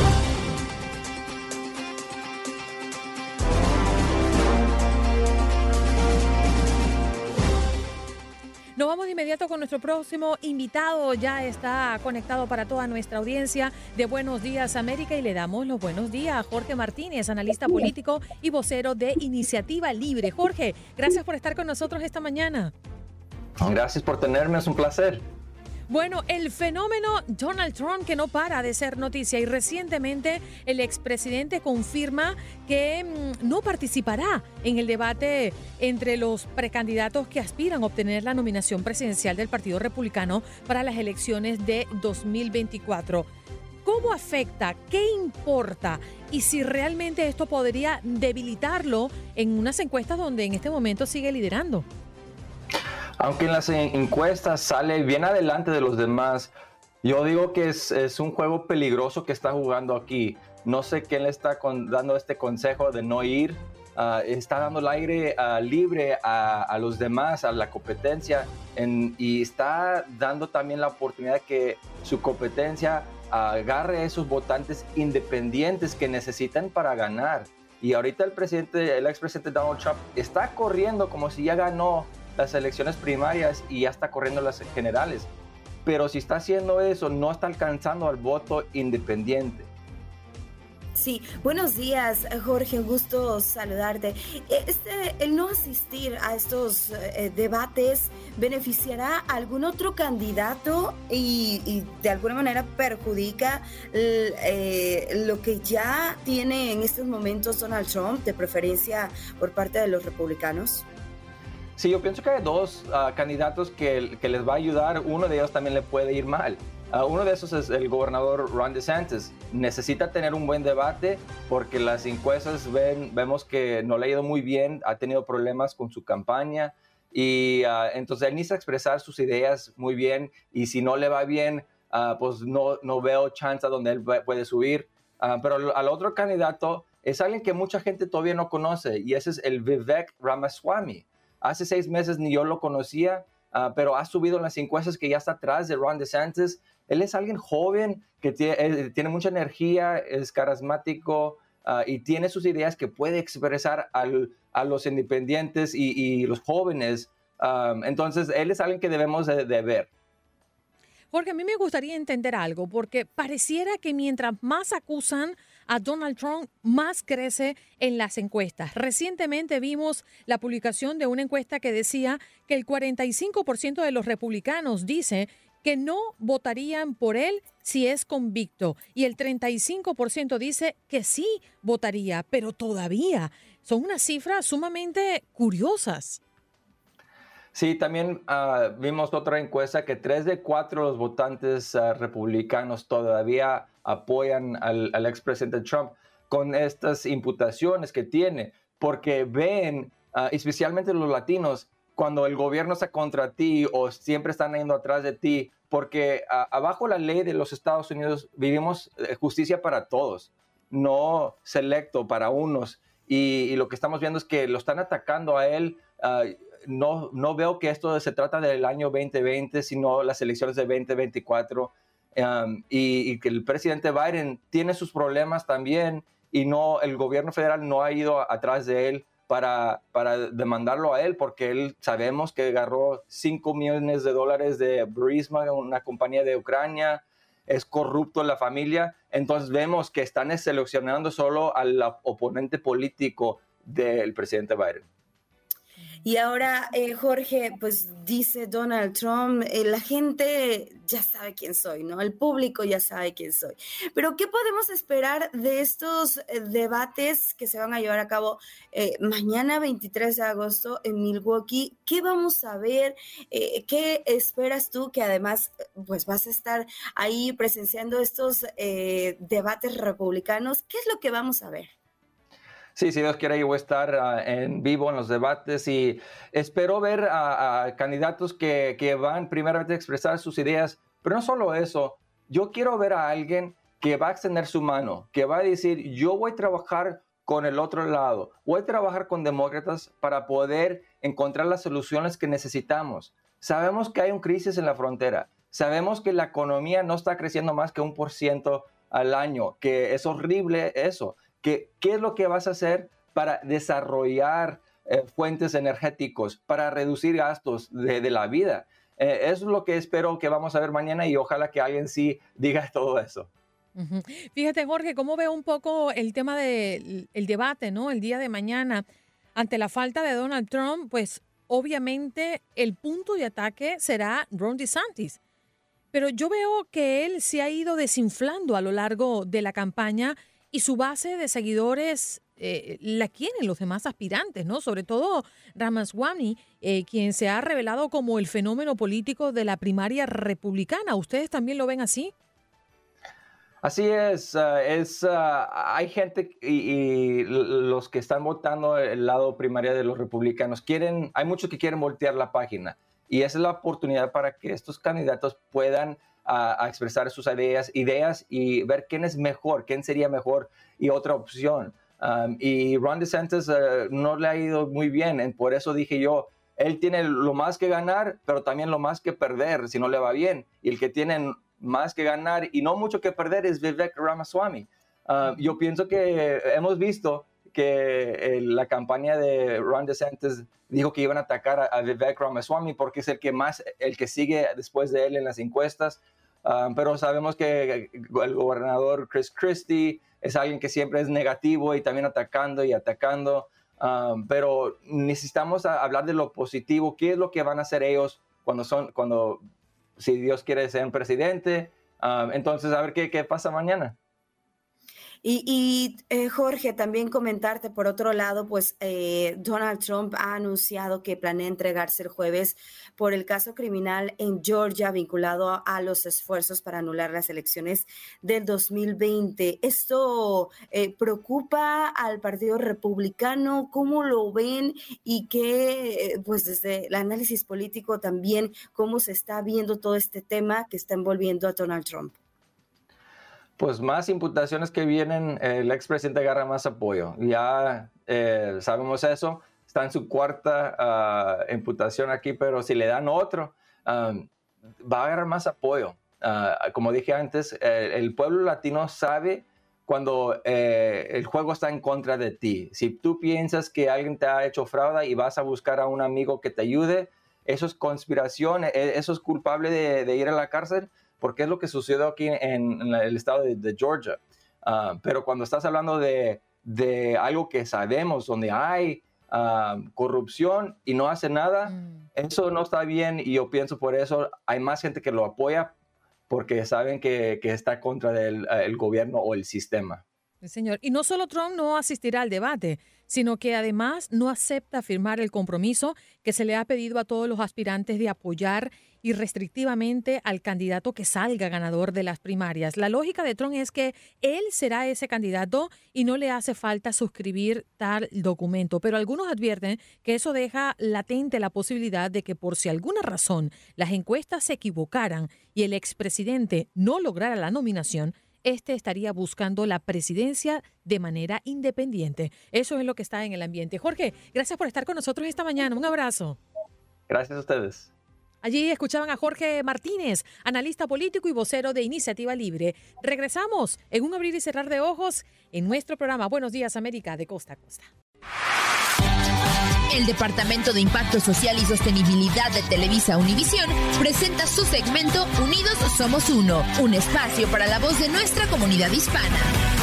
Nos vamos de inmediato con nuestro próximo invitado. Ya está conectado para toda nuestra audiencia de Buenos Días América y le damos los buenos días a Jorge Martínez, analista político y vocero de Iniciativa Libre. Jorge, gracias por estar con nosotros esta mañana. Gracias por tenerme, es un placer. Bueno, el fenómeno Donald Trump que no para de ser noticia y recientemente el expresidente confirma que mmm, no participará en el debate entre los precandidatos que aspiran a obtener la nominación presidencial del Partido Republicano para las elecciones de dos mil veinticuatro. ¿Cómo afecta? ¿Qué importa? Y si realmente esto podría debilitarlo en unas encuestas donde en este momento sigue liderando. Aunque en las encuestas sale bien adelante de los demás, yo digo que es, es un juego peligroso que está jugando aquí. No sé quién le está con, dando este consejo de no ir. Uh, está dando el aire uh, libre a, a los demás, a la competencia, en, y está dando también la oportunidad de que su competencia uh, agarre esos votantes independientes que necesitan para ganar. Y ahorita el presidente, el expresidente Donald Trump está corriendo como si ya ganó las elecciones primarias y ya está corriendo las generales. Pero si está haciendo eso, no está alcanzando al voto independiente. Sí, buenos días, Jorge, un gusto saludarte. Este, el no asistir a estos eh, debates beneficiará a algún otro candidato y, y de alguna manera perjudica eh, lo que ya tiene en estos momentos Donald Trump, de preferencia por parte de los republicanos. Sí, yo pienso que hay dos uh, candidatos que, que les va a ayudar. Uno de ellos también le puede ir mal. Uh, uno de esos es el gobernador Ron DeSantis. Necesita tener un buen debate porque las encuestas ven, vemos que no le ha ido muy bien, ha tenido problemas con su campaña y uh, entonces él necesita expresar sus ideas muy bien y si no le va bien, uh, pues no, no veo chance donde él puede subir. Uh, pero al, al otro candidato es alguien que mucha gente todavía no conoce y ese es el Vivek Ramaswamy. Hace seis meses ni yo lo conocía, uh, pero ha subido en las encuestas que ya está atrás de Ron DeSantis. Él es alguien joven que tiene, eh, tiene mucha energía, es carismático uh, y tiene sus ideas que puede expresar al, a los independientes y, y los jóvenes. Um, entonces, él es alguien que debemos de, de ver. Jorge, a mí me gustaría entender algo, porque pareciera que mientras más acusan a Donald Trump, más crece en las encuestas. Recientemente vimos la publicación de una encuesta que decía que el cuarenta y cinco por ciento de los republicanos dice que no votarían por él si es convicto y el treinta y cinco por ciento dice que sí votaría, pero todavía son unas cifras sumamente curiosas. Sí, también uh, vimos otra encuesta que tres de cuatro de los votantes uh, republicanos todavía apoyan al, al expresidente Trump con estas imputaciones que tiene, porque ven, uh, especialmente los latinos, cuando el gobierno está contra ti o siempre están yendo atrás de ti, porque uh, abajo la ley de los Estados Unidos vivimos uh, justicia para todos, no selecto para unos, y, y lo que estamos viendo es que lo están atacando a él. Uh, No, no veo que esto se trata del año veinte veinte, sino las elecciones de veinte veinticuatro. Um, y, y que el presidente Biden tiene sus problemas también y no, el gobierno federal no ha ido atrás de él para, para demandarlo a él, porque él sabemos que agarró cinco millones de dólares de Burisma, una compañía de Ucrania, es corrupto en la familia. Entonces vemos que están seleccionando solo al oponente político del presidente Biden. Y ahora, eh, Jorge, pues dice Donald Trump, eh, la gente ya sabe quién soy, ¿no? El público ya sabe quién soy. Pero, ¿qué podemos esperar de estos eh, debates que se van a llevar a cabo eh, mañana veintitrés de agosto en Milwaukee? ¿Qué vamos a ver? Eh, ¿Qué esperas tú que además pues vas a estar ahí presenciando estos eh, debates republicanos? ¿Qué es lo que vamos a ver? Sí, si Dios quiere, yo voy a estar uh, en vivo en los debates y espero ver a, a candidatos que, que van primeramente a expresar sus ideas, pero no solo eso, yo quiero ver a alguien que va a extender su mano, que va a decir, yo voy a trabajar con el otro lado, voy a trabajar con demócratas para poder encontrar las soluciones que necesitamos. Sabemos que hay una crisis en la frontera, sabemos que la economía no está creciendo más que un por ciento al año, que es horrible eso. ¿Qué, ¿Qué es lo que vas a hacer para desarrollar eh, fuentes energéticos, para reducir gastos de, de la vida? Eh, eso es lo que espero que vamos a ver mañana y ojalá que alguien sí diga todo eso. Uh-huh. Fíjate, Jorge, cómo veo un poco el tema del el debate, ¿no? El día de mañana, ante la falta de Donald Trump, pues obviamente el punto de ataque será Ron DeSantis. Pero yo veo que él se ha ido desinflando a lo largo de la campaña y su base de seguidores eh, la quieren los demás aspirantes, ¿no? Sobre todo Ramaswamy, eh, quien se ha revelado como el fenómeno político de la primaria republicana. ¿Ustedes también lo ven así? Así es. Uh, es uh, hay gente y, y los que están votando el lado primaria de los republicanos, quieren, hay muchos que quieren voltear la página. Y esa es la oportunidad para que estos candidatos puedan A, a expresar sus ideas, ideas y ver quién es mejor, quién sería mejor y otra opción. Um, y Ron DeSantis uh, no le ha ido muy bien, por eso dije yo, él tiene lo más que ganar, pero también lo más que perder si no le va bien. Y el que tiene más que ganar y no mucho que perder es Vivek Ramaswamy. Uh, yo pienso que hemos visto que eh, la campaña de Ron DeSantis dijo que iban a atacar a, a Vivek Ramaswamy porque es el que más, el que sigue después de él en las encuestas. Um, pero sabemos que el gobernador Chris Christie es alguien que siempre es negativo y también atacando y atacando. Um, pero necesitamos a, hablar de lo positivo. ¿Qué es lo que van a hacer ellos cuando son, cuando, si Dios quiere ser un presidente? Um, entonces, a ver qué, qué pasa mañana. Y, y eh, Jorge, también comentarte, por otro lado, pues eh, Donald Trump ha anunciado que planea entregarse el jueves por el caso criminal en Georgia vinculado a, a los esfuerzos para anular las elecciones del dos mil veinte. ¿Esto eh, preocupa al Partido Republicano? ¿Cómo lo ven? Y que, eh, pues desde el análisis político también, ¿cómo se está viendo todo este tema que está envolviendo a Donald Trump? Pues más imputaciones que vienen, el expresidente agarra más apoyo. Ya eh, sabemos eso. Está en su cuarta uh, imputación aquí, pero si le dan otro, um, va a agarrar más apoyo. Uh, como dije antes, eh, el pueblo latino sabe cuando eh, el juego está en contra de ti. Si tú piensas que alguien te ha hecho fraude y vas a buscar a un amigo que te ayude, eso es conspiración, eso es culpable de, de ir a la cárcel, porque es lo que sucedió aquí en, en el estado de, de Georgia. Uh, pero cuando estás hablando de, de algo que sabemos, donde hay uh, corrupción y no hace nada, mm. eso no está bien, y yo pienso por eso hay más gente que lo apoya, porque saben que, que está contra del el gobierno o el sistema. Sí, señor. Y no solo Trump no asistirá al debate, sino que además no acepta firmar el compromiso que se le ha pedido a todos los aspirantes de apoyar irrestrictivamente al candidato que salga ganador de las primarias. La lógica de Trump es que él será ese candidato y no le hace falta suscribir tal documento. Pero algunos advierten que eso deja latente la posibilidad de que por si alguna razón las encuestas se equivocaran y el expresidente no lograra la nominación, este estaría buscando la presidencia de manera independiente. Eso es lo que está en el ambiente. Jorge, gracias por estar con nosotros esta mañana. Un abrazo. Gracias a ustedes. Allí escuchaban a Jorge Martínez, analista político y vocero de Iniciativa Libre. Regresamos en un abrir y cerrar de ojos en nuestro programa Buenos Días América de Costa a Costa. El Departamento de Impacto Social y Sostenibilidad de Televisa Univisión presenta su segmento Unidos Somos Uno, un espacio para la voz de nuestra comunidad hispana.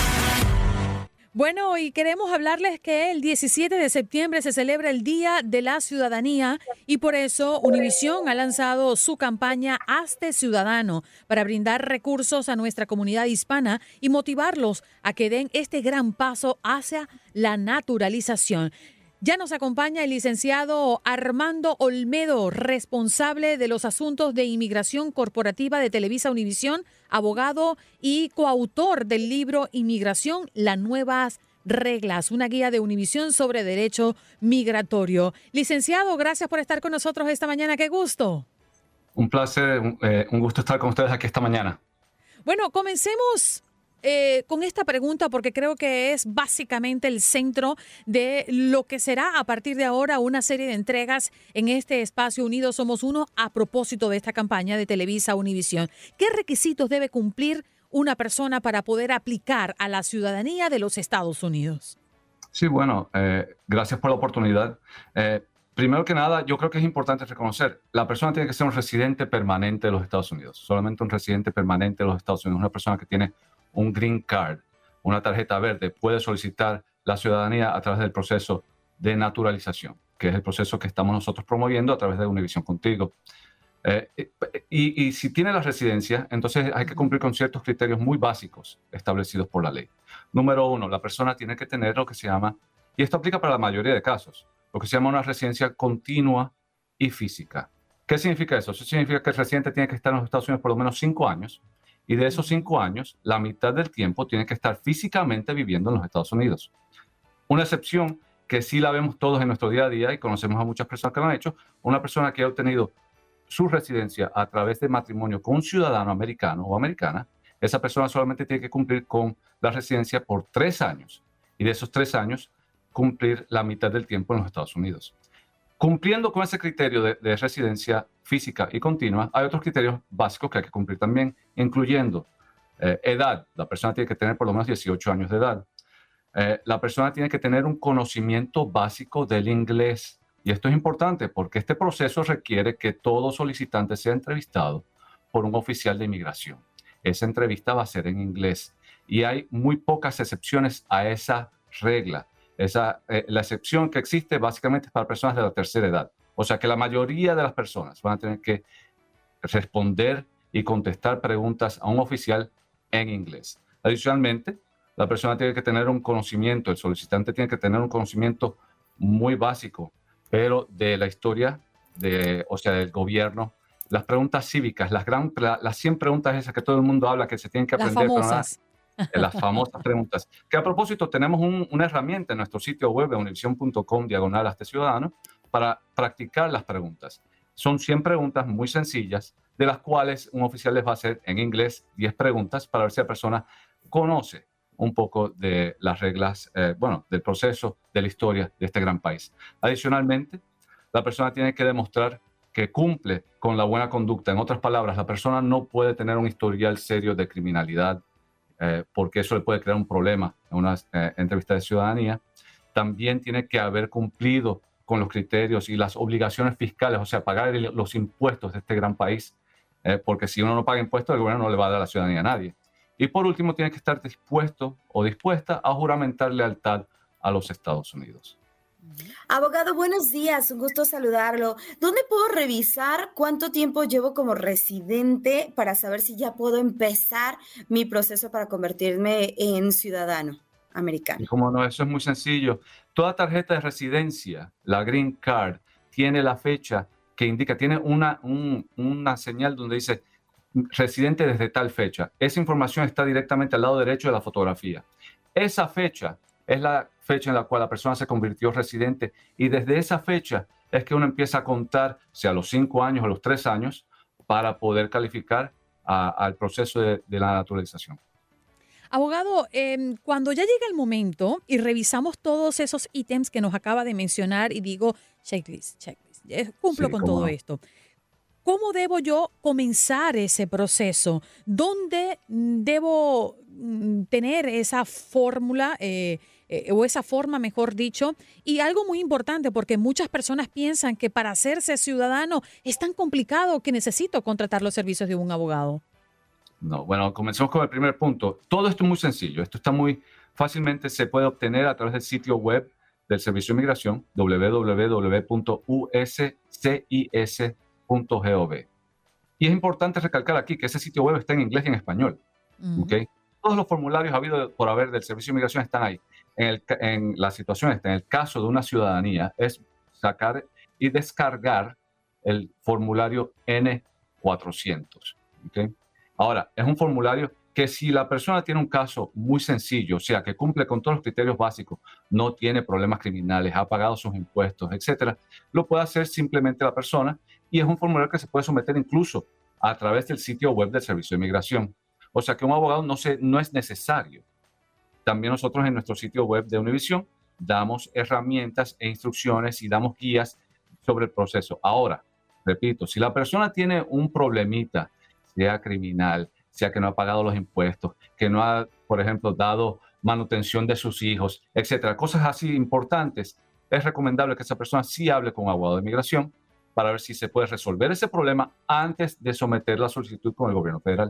Bueno, y queremos hablarles que el diecisiete de septiembre se celebra el Día de la Ciudadanía y por eso Univisión ha lanzado su campaña Hazte Ciudadano para brindar recursos a nuestra comunidad hispana y motivarlos a que den este gran paso hacia la naturalización. Ya nos acompaña el licenciado Armando Olmedo, responsable de los asuntos de inmigración corporativa de Televisa Univisión, abogado y coautor del libro Inmigración, las nuevas reglas, una guía de Univisión sobre derecho migratorio. Licenciado, gracias por estar con nosotros esta mañana. ¡Qué gusto! Un placer, un, eh, un gusto estar con ustedes aquí esta mañana. Bueno, comencemos Eh, con esta pregunta porque creo que es básicamente el centro de lo que será a partir de ahora una serie de entregas en este espacio Unidos Somos Uno a propósito de esta campaña de Televisa Univisión. ¿Qué requisitos debe cumplir una persona para poder aplicar a la ciudadanía de los Estados Unidos? Sí, bueno, eh, gracias por la oportunidad. Eh, primero que nada, yo creo que es importante reconocer, la persona tiene que ser un residente permanente de los Estados Unidos, solamente un residente permanente de los Estados Unidos, una persona que tiene un green card, una tarjeta verde, puede solicitar la ciudadanía a través del proceso de naturalización, que es el proceso que estamos nosotros promoviendo a través de Univisión Contigo. Eh, y, y si tiene la residencia, entonces hay que cumplir con ciertos criterios muy básicos establecidos por la ley. Número uno, la persona tiene que tener lo que se llama, y esto aplica para la mayoría de casos, lo que se llama una residencia continua y física. ¿Qué significa eso? Eso significa que el residente tiene que estar en los Estados Unidos por lo menos cinco años, y de esos cinco años, la mitad del tiempo tiene que estar físicamente viviendo en los Estados Unidos. Una excepción que sí la vemos todos en nuestro día a día y conocemos a muchas personas que lo han hecho, una persona que ha obtenido su residencia a través de matrimonio con un ciudadano americano o americana, esa persona solamente tiene que cumplir con la residencia por tres años y de esos tres años cumplir la mitad del tiempo en los Estados Unidos. Cumpliendo con ese criterio de, de residencia física y continua, hay otros criterios básicos que hay que cumplir también, incluyendo eh, edad. La persona tiene que tener por lo menos dieciocho años de edad. Eh, la persona tiene que tener un conocimiento básico del inglés. Y esto es importante porque este proceso requiere que todo solicitante sea entrevistado por un oficial de inmigración. Esa entrevista va a ser en inglés. Y hay muy pocas excepciones a esa regla. Esa, eh, la excepción que existe básicamente es para personas de la tercera edad. O sea que la mayoría de las personas van a tener que responder y contestar preguntas a un oficial en inglés. Adicionalmente, La persona tiene que tener un conocimiento, el solicitante tiene que tener un conocimiento muy básico, pero de la historia, de, o sea, del gobierno, las preguntas cívicas, las, gran, las cien preguntas esas que todo el mundo habla que se tienen que aprender. Las famosas. Pero nada, las famosas preguntas. Que a propósito, tenemos un, una herramienta en nuestro sitio web, univision punto com, diagonal Hazte Ciudadano, para practicar las preguntas. Son cien preguntas muy sencillas, de las cuales un oficial les va a hacer en inglés diez preguntas para ver si la persona conoce un poco de las reglas, eh, bueno, del proceso, de la historia de este gran país. Adicionalmente, la persona tiene que demostrar que cumple con la buena conducta. En otras palabras, la persona no puede tener un historial serio de criminalidad, eh, porque eso le puede crear un problema en una eh, entrevista de ciudadanía. También tiene que haber cumplido con los criterios y las obligaciones fiscales, o sea, pagar el, los impuestos de este gran país, eh, porque si uno no paga impuestos, el gobierno no le va a dar la ciudadanía a nadie. Y por último, tiene que estar dispuesto o dispuesta a juramentar lealtad a los Estados Unidos. Abogado, buenos días, un gusto saludarlo. ¿Dónde puedo revisar cuánto tiempo llevo como residente para saber si ya puedo empezar mi proceso para convertirme en ciudadano americano? Y como no, eso es muy sencillo. Toda tarjeta de residencia, la Green Card, tiene la fecha que indica, tiene una, un, una señal donde dice residente desde tal fecha. Esa información está directamente al lado derecho de la fotografía. Esa fecha es la fecha en la cual la persona se convirtió residente y desde esa fecha es que uno empieza a contar, sea a los cinco años o a los tres años, para poder calificar a, al proceso de, de la naturalización. Abogado, eh, cuando ya llega el momento y revisamos todos esos ítems que nos acaba de mencionar y digo, checklist, checklist, eh, cumplo Sí, con cómo todo no. esto. ¿Cómo debo yo comenzar ese proceso? ¿Dónde debo mm, tener esa fórmula eh, eh, o esa forma, mejor dicho? Y algo muy importante, porque muchas personas piensan que para hacerse ciudadano es tan complicado que necesito contratar los servicios de un abogado. No, bueno, comencemos con el primer punto. Todo esto es muy sencillo. Esto está muy fácilmente, se puede obtener a través del sitio web del Servicio de Inmigración, doble u doble u doble u punto u s c i s punto gov. Y es importante recalcar aquí que ese sitio web está en inglés y en español. Uh-huh. ¿Okay? Todos los formularios habidos por haber del Servicio de Inmigración están ahí. En, el, en la situación esta, en el caso de una ciudadanía, es sacar y descargar el formulario N cuatrocientos. ¿Okay? Ahora, es un formulario que si la persona tiene un caso muy sencillo, o sea, que cumple con todos los criterios básicos, no tiene problemas criminales, ha pagado sus impuestos, etcétera, lo puede hacer simplemente la persona y es un formulario que se puede someter incluso a través del sitio web del Servicio de Inmigración. O sea que un abogado no, se, no es necesario. También nosotros en nuestro sitio web de Univision damos herramientas e instrucciones y damos guías sobre el proceso. Ahora, repito, si la persona tiene un problemita, sea criminal, sea que no ha pagado los impuestos, que no ha, por ejemplo, dado manutención de sus hijos, etcétera, cosas así importantes, es recomendable que esa persona sí hable con un abogado de inmigración para ver si se puede resolver ese problema antes de someter la solicitud con el gobierno federal.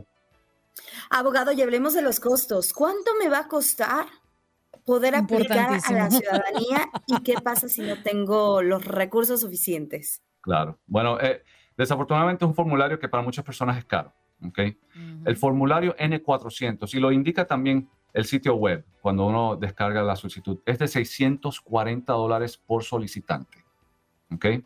Abogado, y hablemos de los costos. ¿Cuánto me va a costar poder aplicar a la ciudadanía y qué pasa si no tengo los recursos suficientes? Claro. Bueno, eh, desafortunadamente es un formulario que para muchas personas es caro. ¿Okay? Uh-huh. El formulario N cuatrocientos, y lo indica también el sitio web cuando uno descarga la solicitud, es de seiscientos cuarenta dólares por solicitante. ¿Okay?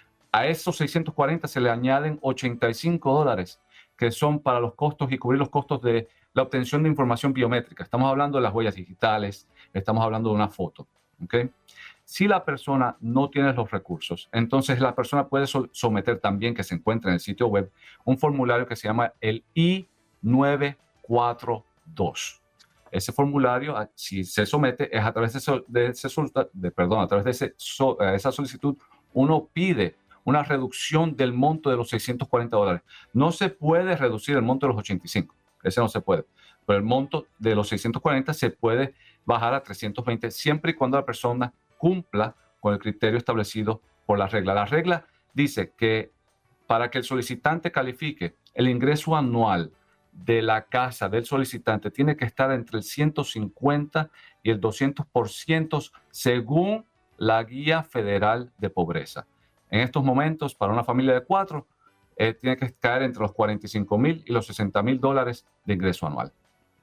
A esos seiscientos cuarenta se le añaden ochenta y cinco dólares que son para los costos y cubrir los costos de la obtención de información biométrica. Estamos hablando de las huellas digitales, estamos hablando de una foto. ¿Okay? Si la persona no tiene los recursos, entonces la persona puede someter también, que se encuentra en el sitio web, un formulario que se llama el I nueve cuatro dos. Ese formulario, si se somete, es a través de, ese, de, ese, de, perdón, a través de ese, so, esa solicitud, uno pide una reducción del monto de los seiscientos cuarenta dólares. No se puede reducir el monto de los ochenta y cinco, ese no se puede, pero el monto de los seiscientos cuarenta se puede bajar a trescientos veinte, siempre y cuando la persona cumpla con el criterio establecido por la regla. La regla dice que para que el solicitante califique, el ingreso anual de la casa del solicitante tiene que estar entre el ciento cincuenta y el doscientos por ciento según la Guía Federal de Pobreza. En estos momentos, para una familia de cuatro, eh, tiene que caer entre los cuarenta y cinco mil y los sesenta mil dólares de ingreso anual.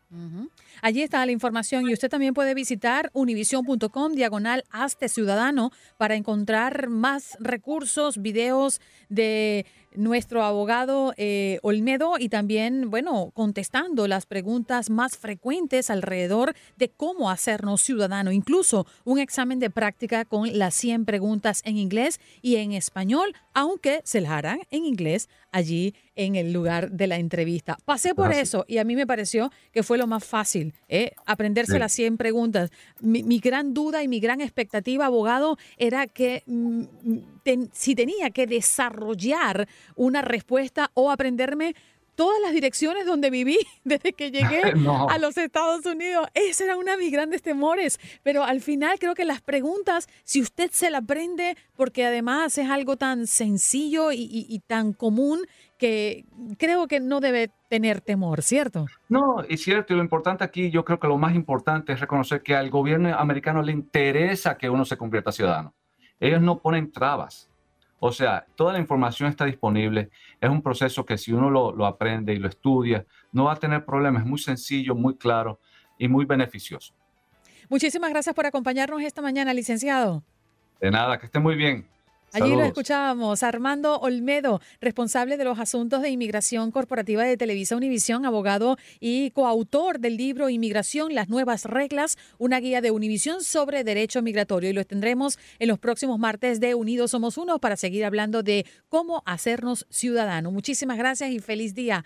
Uh-huh. Allí está la información y usted también puede visitar univision.com diagonal Hazte Ciudadano para encontrar más recursos, videos de nuestro abogado eh, Olmedo y también, bueno, contestando las preguntas más frecuentes alrededor de cómo hacernos ciudadano, incluso un examen de práctica con las cien preguntas en inglés y en español, aunque se las harán en inglés allí en el lugar de la entrevista. Pasé por Gracias. eso y a mí me pareció que fue lo más fácil, ¿eh? aprenderse Sí. las cien preguntas. Mi, mi gran duda y mi gran expectativa, abogado, era que mm, ten- si tenía que desarrollar una respuesta o aprenderme todas las direcciones donde viví desde que llegué No. a los Estados Unidos. Ese era uno de mis grandes temores. Pero al final creo que las preguntas, si usted se la aprende, porque además es algo tan sencillo y, y- y tan común que creo que no debe tener temor, ¿cierto? No, es cierto, y lo importante aquí, yo creo que lo más importante es reconocer que al gobierno americano le interesa que uno se convierta ciudadano. Ellos no ponen trabas. O sea, toda la información está disponible. Es un proceso que si uno lo, lo aprende y lo estudia, no va a tener problemas. Es muy sencillo, muy claro y muy beneficioso. Muchísimas gracias por acompañarnos esta mañana, licenciado. De nada, que esté muy bien. Allí lo Saludos. escuchábamos, Armando Olmedo, responsable de los asuntos de inmigración corporativa de Televisa Univisión, abogado y coautor del libro Inmigración, las nuevas reglas, una guía de Univisión sobre derecho migratorio. Y lo tendremos en los próximos martes de Unidos Somos Uno para seguir hablando de cómo hacernos ciudadanos. Muchísimas gracias y feliz día.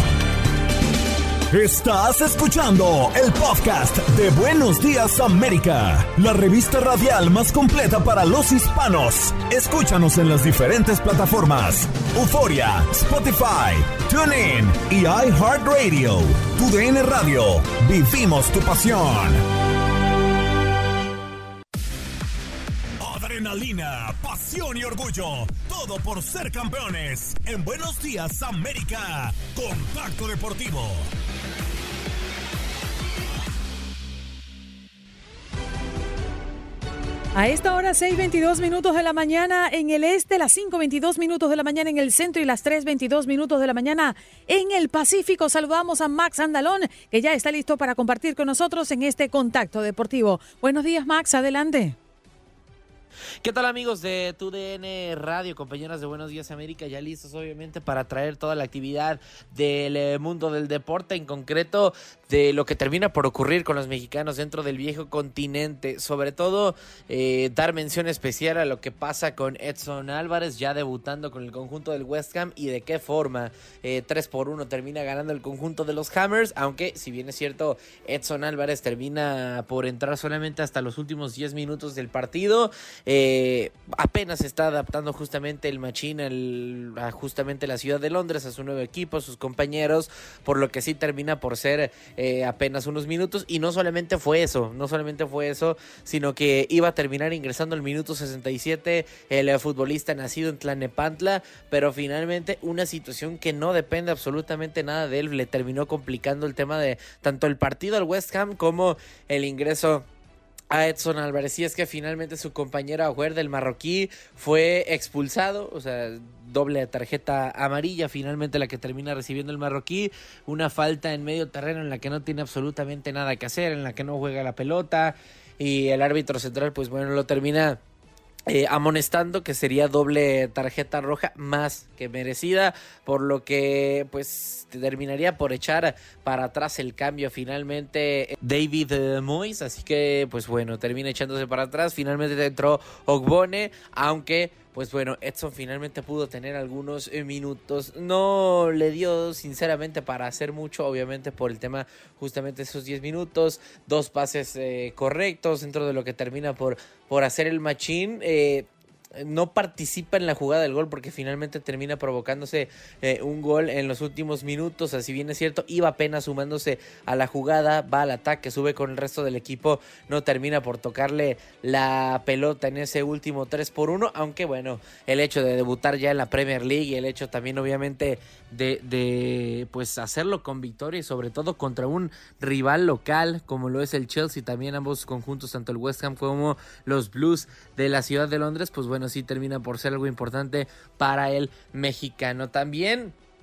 Estás escuchando el podcast de Buenos Días América, la revista radial más completa para los hispanos. Escúchanos en las diferentes plataformas: Euforia, Spotify, TuneIn y iHeartRadio. Tu D N Radio. Vivimos tu pasión. Adrenalina, pasión y orgullo. Todo por ser campeones. En Buenos Días América. Contacto Deportivo. A esta hora, seis veintidós minutos de la mañana en el este, las cinco veintidós minutos de la mañana en el centro y las tres veintidós minutos de la mañana en el Pacífico. Saludamos a Max Andalón, que ya está listo para compartir con nosotros en este Contacto Deportivo. Buenos días, Max, adelante. ¿Qué tal, amigos de Tu D N Radio, compañeras de Buenos Días América? Ya listos obviamente para traer toda la actividad del eh, mundo del deporte, en concreto de lo que termina por ocurrir con los mexicanos dentro del viejo continente. Sobre todo eh, dar mención especial a lo que pasa con Edson Álvarez, ya debutando con el conjunto del West Ham, y de qué forma eh, tres por uno termina ganando el conjunto de los Hammers, aunque si bien es cierto Edson Álvarez termina por entrar solamente hasta los últimos diez minutos del partido. Eh, apenas se está adaptando justamente el Machín el, a justamente la ciudad de Londres, a su nuevo equipo, a sus compañeros, por lo que sí termina por ser eh, apenas unos minutos. Y no solamente fue eso, no solamente fue eso, sino que iba a terminar ingresando el minuto sesenta y siete el eh, futbolista nacido en Tlalnepantla, pero finalmente una situación que no depende absolutamente nada de él le terminó complicando el tema de tanto el partido al West Ham como el ingreso a Edson Álvarez. Y es que finalmente su compañero Agüer del marroquí fue expulsado, o sea, doble tarjeta amarilla finalmente la que termina recibiendo el marroquí, una falta en medio terreno en la que no tiene absolutamente nada que hacer, en la que no juega la pelota, y el árbitro central pues bueno lo termina Eh, amonestando, que sería doble tarjeta roja más que merecida, por lo que pues terminaría por echar para atrás el cambio finalmente David eh, Moyes, así que pues bueno, termina echándose para atrás. Finalmente entró Ogbone, aunque pues bueno, Edson finalmente pudo tener algunos eh, minutos. No le dio sinceramente para hacer mucho, obviamente por el tema justamente de esos diez minutos, dos pases eh, correctos dentro de lo que termina por, por hacer el Machín. Eh, no participa en la jugada del gol porque finalmente termina provocándose eh, un gol en los últimos minutos. Así bien es cierto, iba apenas sumándose a la jugada, va al ataque, sube con el resto del equipo, no termina por tocarle la pelota en ese último tres por uno, aunque bueno, el hecho de debutar ya en la Premier League y el hecho también obviamente de, de pues hacerlo con victoria y sobre todo contra un rival local como lo es el Chelsea, también ambos conjuntos, tanto el West Ham como los Blues de la ciudad de Londres, pues bueno, sí termina por ser algo importante para el mexicano. También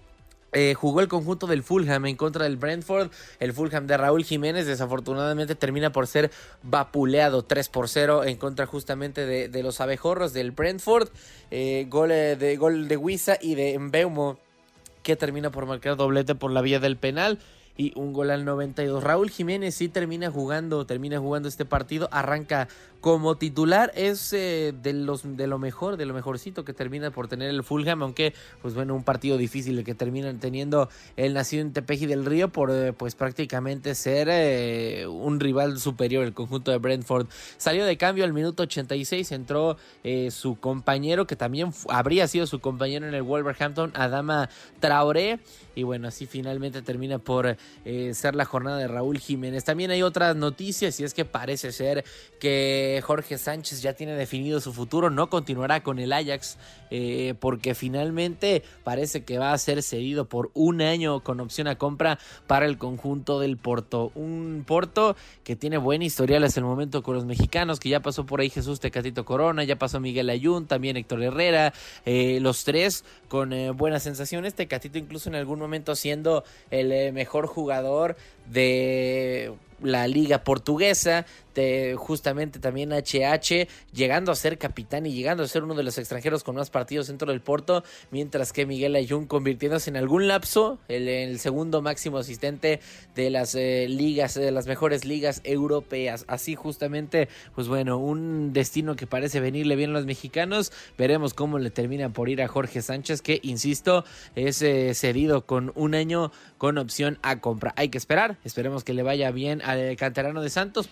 Eh, jugó el conjunto del Fulham en contra del Brentford. El Fulham de Raúl Jiménez desafortunadamente termina por ser vapuleado tres por cero en contra justamente de, de los abejorros del Brentford. Eh, gol, de, gol de Wissa y de Mbeumo, que termina por marcar doblete por la vía del penal. Y un gol al noventa y dos. Raúl Jiménez sí termina jugando, termina jugando este partido, arranca como titular, es eh, de los de lo mejor, de lo mejorcito que termina por tener el Fulham, aunque pues bueno, un partido difícil el que terminan teniendo el nacido en Tepeji del Río por eh, pues prácticamente ser eh, un rival superior, el conjunto de Brentford. Salió de cambio al minuto ochenta y seis, entró eh, su compañero, que también habría sido su compañero en el Wolverhampton, Adama Traoré, y bueno, así finalmente termina por eh, ser la jornada de Raúl Jiménez. También hay otras noticias, y es que parece ser que Jorge Sánchez ya tiene definido su futuro, no continuará con el Ajax, eh, porque finalmente parece que va a ser cedido por un año con opción a compra para el conjunto del Porto. Un Porto que tiene buen historial hasta el momento con los mexicanos, que ya pasó por ahí Jesús Tecatito Corona, ya pasó Miguel Ayun, también Héctor Herrera, eh, los tres con eh, buenas sensaciones. Tecatito incluso en algún momento siendo el eh, mejor jugador de la liga portuguesa, de justamente también H H, llegando a ser capitán y llegando a ser uno de los extranjeros con más partidos dentro del Porto, mientras que Miguel Ayun convirtiéndose en algún lapso el, el segundo máximo asistente de las eh, ligas, de las mejores ligas europeas. Así justamente, pues bueno, un destino que parece venirle bien a los mexicanos. Veremos cómo le termina por ir a Jorge Sánchez, que insisto, es eh, cedido con un año con opción a compra. Hay que esperar, esperemos que le vaya bien al canterano de Santos.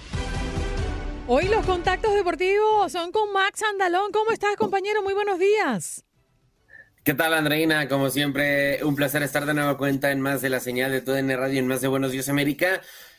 Hoy los contactos deportivos son con Max Andalón. ¿Cómo estás, compañero? Muy buenos días. ¿Qué tal, Andreina? Como siempre, un placer estar de nueva cuenta en más de la señal de T U D N Radio, en más de Buenos Días América.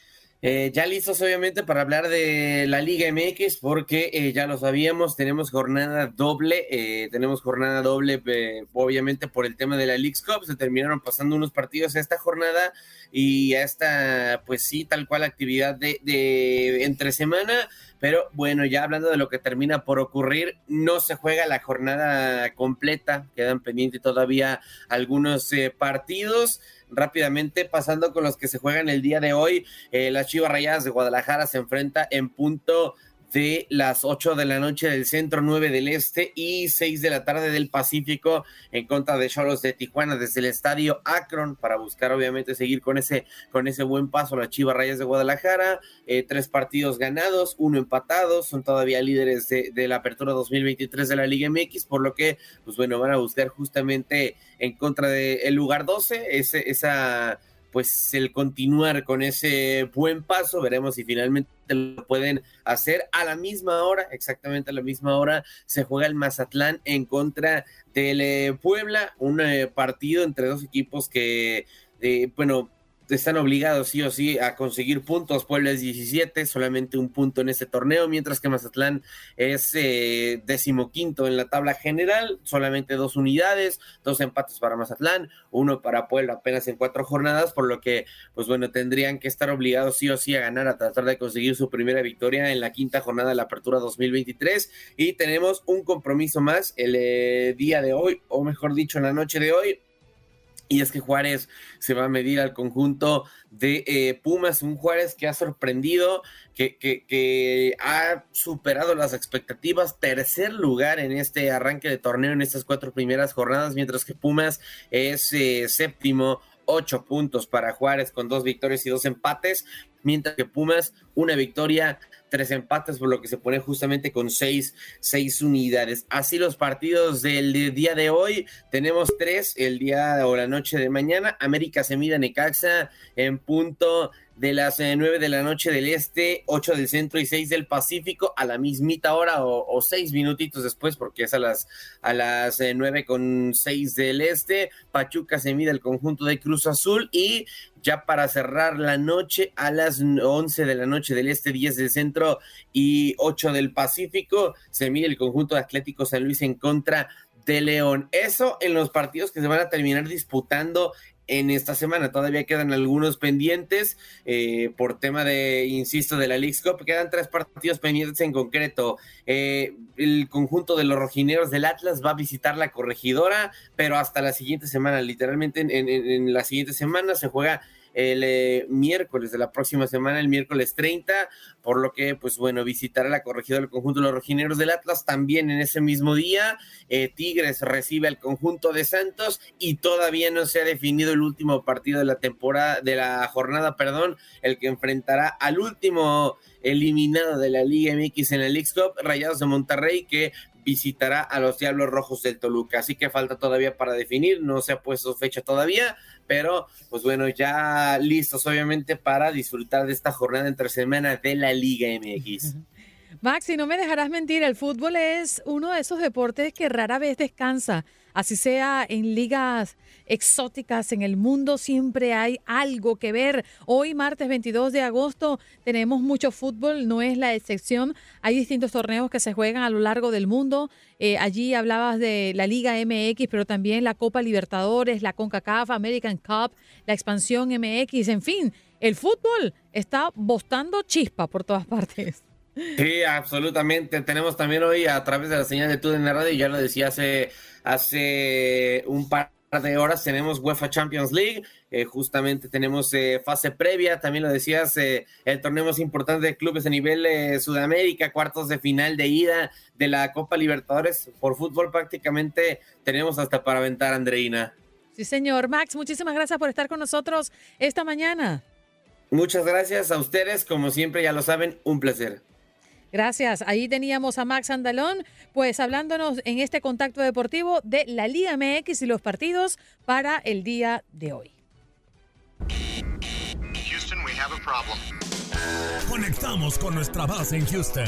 Eh, ya listos, obviamente, para hablar de la Liga M X, porque eh, ya lo sabíamos, tenemos jornada doble, eh, tenemos jornada doble, eh, obviamente, por el tema de la Leagues Cup. Se terminaron pasando unos partidos a esta jornada y a esta, pues sí, tal cual actividad de, de entre semana. Pero bueno, ya hablando de lo que termina por ocurrir, no se juega la jornada completa, quedan pendientes todavía algunos eh, partidos. Rápidamente, pasando con los que se juegan el día de hoy, eh, las Chivas Rayadas de Guadalajara se enfrenta en punto de las ocho de la noche del centro, nueve del este y seis de la tarde del Pacífico, en contra de Xolos de Tijuana desde el estadio Akron, para buscar obviamente seguir con ese, con ese buen paso las Chivas Rayadas de Guadalajara. Eh, tres partidos ganados, uno empatado, son todavía líderes de, de la apertura dos mil veintitrés de la Liga M X, por lo que pues bueno, van a buscar justamente en contra del lugar doce, ese, esa pues el continuar con ese buen paso. Veremos si finalmente lo pueden hacer. A la misma hora, exactamente a la misma hora, se juega el Mazatlán en contra del eh, Puebla, un eh, partido entre dos equipos que, eh, bueno, están obligados sí o sí a conseguir puntos. Puebla es diecisiete, solamente un punto en este torneo, mientras que Mazatlán es eh, decimoquinto en la tabla general, solamente dos unidades, dos empates para Mazatlán, uno para Puebla apenas en cuatro jornadas, por lo que, pues bueno, tendrían que estar obligados sí o sí a ganar, a tratar de conseguir su primera victoria en la quinta jornada de la apertura dos mil veintitrés, y tenemos un compromiso más el eh, día de hoy, o mejor dicho, en la noche de hoy. Y es que Juárez se va a medir al conjunto de eh, Pumas, un Juárez que ha sorprendido, que, que, que ha superado las expectativas, tercer lugar en este arranque de torneo en estas cuatro primeras jornadas, mientras que Pumas es eh, séptimo, ocho puntos para Juárez con dos victorias y dos empates, mientras que Pumas una victoria, tres empates, por lo que se pone justamente con seis, seis unidades. Así los partidos del día de hoy, tenemos tres el día o la noche de mañana. América se mide a Necaxa en punto de las eh, nueve de la noche del este, ocho del centro y seis del Pacífico, a la mismita hora o, o seis minutitos después, porque es a las, a las eh, nueve con seis del este. Pachuca se mide al conjunto de Cruz Azul, y ya para cerrar la noche, a las once de la noche del este, diez del centro y ocho del Pacífico, se mide el conjunto de Atlético San Luis en contra de León. Eso en los partidos que se van a terminar disputando en esta semana. Todavía quedan algunos pendientes eh, por tema de, insisto, de la Leagues Cup. Quedan tres partidos pendientes en concreto. Eh, el conjunto de los rojineros del Atlas va a visitar la Corregidora, pero hasta la siguiente semana, literalmente en, en, en la siguiente semana se juega el eh, miércoles de la próxima semana, el miércoles treinta, por lo que, pues bueno, visitará la Corregidora del conjunto de los rojineros del Atlas. También en ese mismo día, eh, Tigres recibe al conjunto de Santos y todavía no se ha definido el último partido de la temporada, de la jornada, perdón, el que enfrentará al último eliminado de la Liga M X en el Leagues Cup, Rayados de Monterrey, que visitará a los Diablos Rojos del Toluca. Así que falta todavía para definir, no se ha puesto fecha todavía, pero pues bueno, ya listos obviamente para disfrutar de esta jornada entre semana de la Liga M X. Max, si no me dejarás mentir, el fútbol es uno de esos deportes que rara vez descansa. Así sea en ligas exóticas en el mundo, siempre hay algo que ver. Hoy, martes veintidós de agosto, tenemos mucho fútbol, no es la excepción. Hay distintos torneos que se juegan a lo largo del mundo. Eh, allí hablabas de la Liga M X, pero también la Copa Libertadores, la CONCACAF, American Cup, la Expansión M X. En fin, el fútbol está botando chispa por todas partes. Sí, absolutamente. Tenemos también hoy a través de la señal de T U D N Radio, y ya lo decía hace, hace un par de horas, tenemos UEFA Champions League, eh, justamente tenemos eh, fase previa, también lo decías, eh, el torneo más importante de clubes a nivel eh, Sudamérica, cuartos de final de ida de la Copa Libertadores. Por fútbol prácticamente tenemos hasta para aventar, Andreina. Sí, señor. Max, muchísimas gracias por estar con nosotros esta mañana. Muchas gracias a ustedes, como siempre, ya lo saben, un placer. Gracias. Ahí teníamos a Max Andalón, pues hablándonos en este contacto deportivo de la Liga M X y los partidos para el día de hoy. Houston, we have a problem. Conectamos con nuestra base en Houston.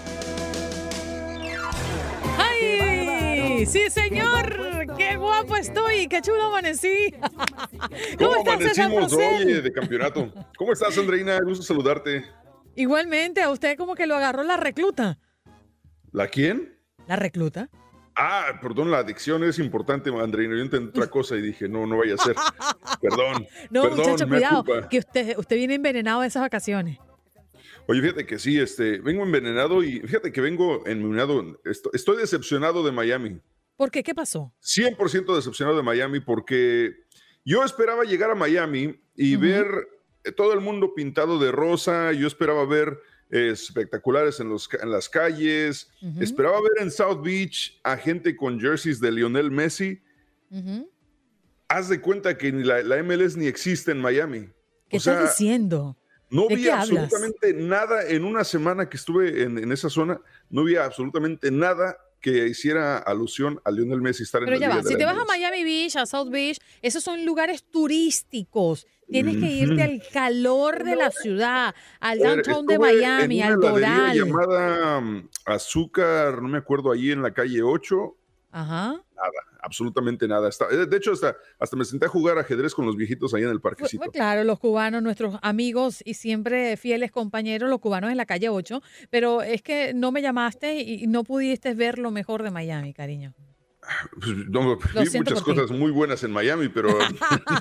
¡Ay! ¡Sí, señor! ¡Qué guapo estoy! ¡Qué chulo amanecí! ¿Cómo, ¿Cómo amanecimos hoy de campeonato? ¿Cómo estás, Andreina? Gusto saludarte. Igualmente, a usted como que lo agarró la recluta. ¿La quién? ¿La recluta? Ah, perdón, la adicción es importante, Andreina. Yo entendí otra cosa y dije, no, no vaya a ser. Perdón, no, perdón, muchacho, cuidado, que usted, usted viene envenenado de esas vacaciones. Oye, fíjate que sí, este, vengo envenenado y fíjate que vengo envenenado. Estoy, estoy decepcionado de Miami. ¿Por qué? ¿Qué pasó? cien por ciento decepcionado de Miami porque yo esperaba llegar a Miami y uh-huh. ver todo el mundo pintado de rosa. Yo esperaba ver eh, espectaculares en, los, en las calles. Uh-huh. Esperaba ver en South Beach a gente con jerseys de Lionel Messi. Uh-huh. Haz de cuenta que ni la, la M L S ni existe en Miami. ¿Qué o sea, estás diciendo? No vi absolutamente nada en una semana que estuve en, en esa zona. No vi absolutamente nada que hiciera alusión a Lionel Messi estar Pero en la ya Liga va, de si te la vas a Miami Beach, a South Beach, esos son lugares turísticos. Tienes que irte al calor de la ciudad, al downtown de Miami, al Doral. Llamada um, Azúcar, no me acuerdo, ahí en la calle ocho. Ajá. Nada, absolutamente nada. Está, de hecho, hasta, hasta me senté a jugar ajedrez con los viejitos ahí en el parquecito. Pues, claro, los cubanos, nuestros amigos y siempre fieles compañeros, los cubanos en la calle ocho. Pero es que no me llamaste y no pudiste ver lo mejor de Miami, cariño. Pues, no, vi muchas cosas muy buenas en Miami, pero un,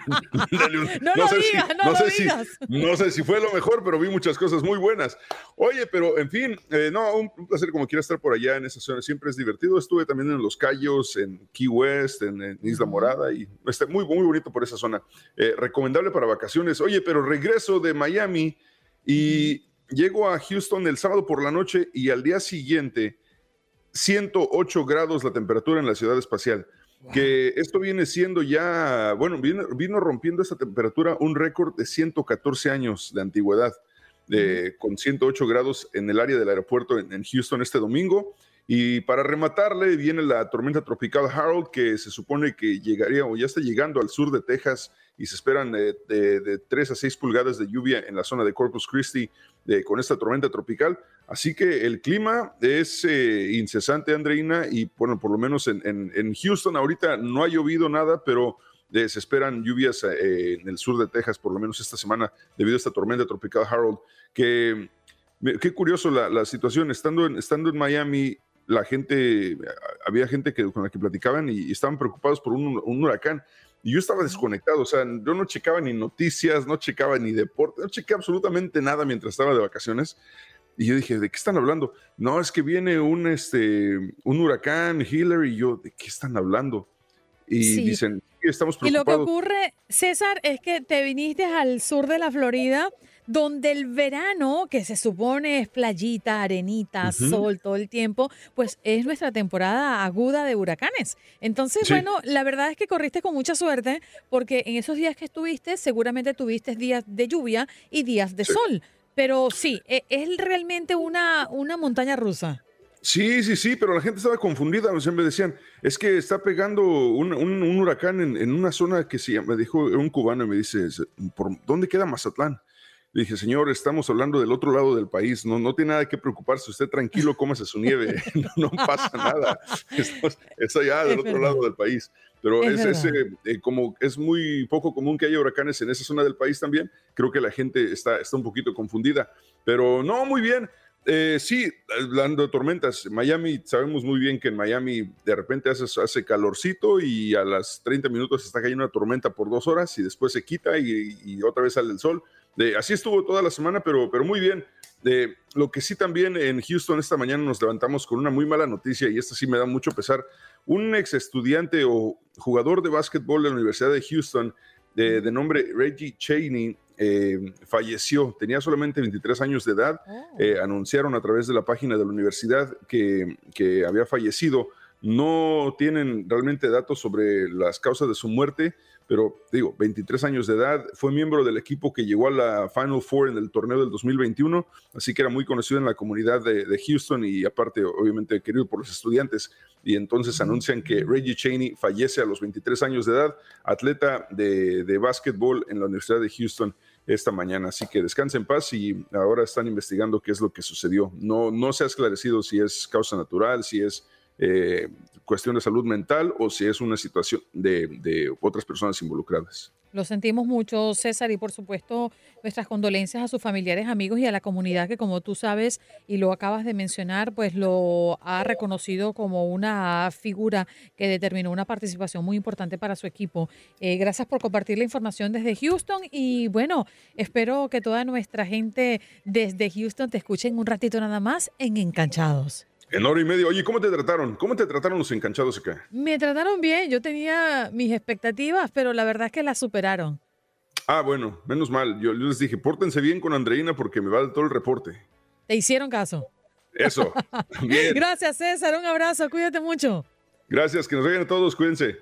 no, no, sé digas, si, no, no, sé si, no sé si fue lo mejor, pero vi muchas cosas muy buenas. Oye, pero en fin, eh, no, un, un placer como quiera estar por allá en esa zona, siempre es divertido. Estuve también en Los Cayos, en Key West, en, en Isla Morada, y está muy, muy bonito por esa zona. Eh, recomendable para vacaciones. Oye, pero regreso de Miami y uh-huh. llego a Houston el sábado por la noche y al día siguiente ciento ocho grados la temperatura en la ciudad espacial, wow. que esto viene siendo ya, bueno, vino, vino rompiendo esta temperatura un récord de ciento catorce años de antigüedad, de, uh-huh. con ciento ocho grados en el área del aeropuerto en, en Houston este domingo. Y para rematarle viene la tormenta tropical Harold, que se supone que llegaría o ya está llegando al sur de Texas y se esperan de, de, de tres a seis pulgadas de lluvia en la zona de Corpus Christi de, con esta tormenta tropical. Así que el clima es eh, incesante, Andreina, y bueno, por lo menos en, en, en Houston ahorita no ha llovido nada, pero eh, se esperan lluvias eh, en el sur de Texas, por lo menos esta semana, debido a esta tormenta tropical Harold. Que, qué curioso la, la situación, estando en, estando en Miami, la gente, había gente que, con la que platicaban y, y estaban preocupados por un, un huracán. y yo estaba desconectado, o sea, yo no checaba ni noticias, no checaba ni deporte, no chequé absolutamente nada mientras estaba de vacaciones. Y yo dije, ¿de qué están hablando? No, es que viene un, este, un huracán, Hillary, y yo, ¿de qué están hablando? Y Sí. dicen, "Sí, estamos Y lo que preocupados". ocurre, César, es que te viniste al sur de la Florida, donde el verano, que se supone es playita, arenita, Ujú. sol todo el tiempo, pues es nuestra temporada aguda de huracanes. Entonces, Sí. bueno, la verdad es que corriste con mucha suerte, porque en esos días que estuviste, seguramente tuviste días de lluvia y días de Sí. sol. Pero sí, e- es realmente una, una montaña rusa. Sí, sí, sí, pero la gente estaba confundida. O sea, me decían, es que está pegando un, un- un huracán en, en una zona que se llama, me dijo un cubano y me dice, ¿por dónde queda Mazatlán? Le dije, señor, estamos hablando del otro lado del país, no, no tiene nada que preocuparse, usted tranquilo, cómase su nieve, no, no pasa nada, Estamos- es allá del Es otro verdad. lado del país. Pero Es es, es, verdad. eh, eh, como es muy poco común que haya huracanes en esa zona del país también, creo que la gente está, está un poquito confundida, pero no, muy bien. Eh, sí, hablando de tormentas, Miami, sabemos muy bien que en Miami de repente hace, hace calorcito y a las treinta minutos está cayendo una tormenta por dos horas y después se quita y, y otra vez sale el sol. Eh, así estuvo toda la semana, pero, pero muy bien. Eh, lo que sí también en Houston esta mañana nos levantamos con una muy mala noticia y esta sí me da mucho pesar. Un ex estudiante o jugador de básquetbol de la Universidad de Houston de, de nombre Reggie Cheney eh, falleció. Tenía solamente veintitrés años de edad. Eh, anunciaron a través de la página de la universidad que, que había fallecido. No tienen realmente datos sobre las causas de su muerte, pero digo, veintitrés años de edad, fue miembro del equipo que llegó a la Final Four en el torneo del dos mil veintiuno, así que era muy conocido en la comunidad de, de Houston y aparte, obviamente, querido por los estudiantes. Y entonces anuncian que Reggie Cheney fallece a los veintitrés años de edad, atleta de, de básquetbol en la Universidad de Houston esta mañana. Así que descanse en paz y ahora están investigando qué es lo que sucedió. No, no se ha esclarecido si es causa natural, si es eh, cuestión de salud mental o si es una situación de, de otras personas involucradas. Lo sentimos mucho, César, y por supuesto nuestras condolencias a sus familiares, amigos y a la comunidad que, como tú sabes y lo acabas de mencionar, pues lo ha reconocido como una figura que determinó una participación muy importante para su equipo. Eh, gracias por compartir la información desde Houston y bueno, espero que toda nuestra gente desde Houston te escuchen un ratito nada más en Encanchados. En hora y media. Oye, ¿cómo te trataron? ¿Cómo te trataron los enganchados acá? Me trataron bien, yo tenía mis expectativas, pero la verdad es que las superaron. Ah, bueno, menos mal. Yo, yo les dije, pórtense bien con Andreina porque me va a dar todo el reporte. Te hicieron caso. Eso. Bien. Gracias, César. Un abrazo. Cuídate mucho. Gracias. Que nos vean a todos. Cuídense.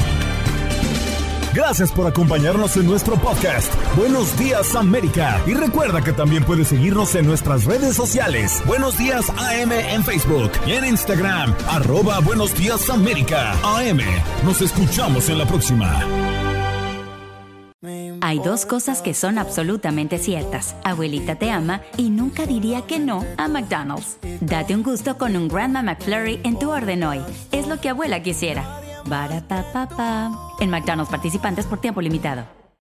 Gracias por acompañarnos en nuestro podcast. Buenos Días América. Y recuerda que también puedes seguirnos en nuestras redes sociales. Buenos Días A M en Facebook y en Instagram. Arroba Buenos Días América. A M. Nos escuchamos en la próxima. Hay dos cosas que son absolutamente ciertas. Abuelita te ama y nunca diría que no a McDonald's. Date un gusto con un Grandma McFlurry en tu orden hoy. Es lo que abuela quisiera. Barapapapa. En McDonald's participantes por tiempo limitado.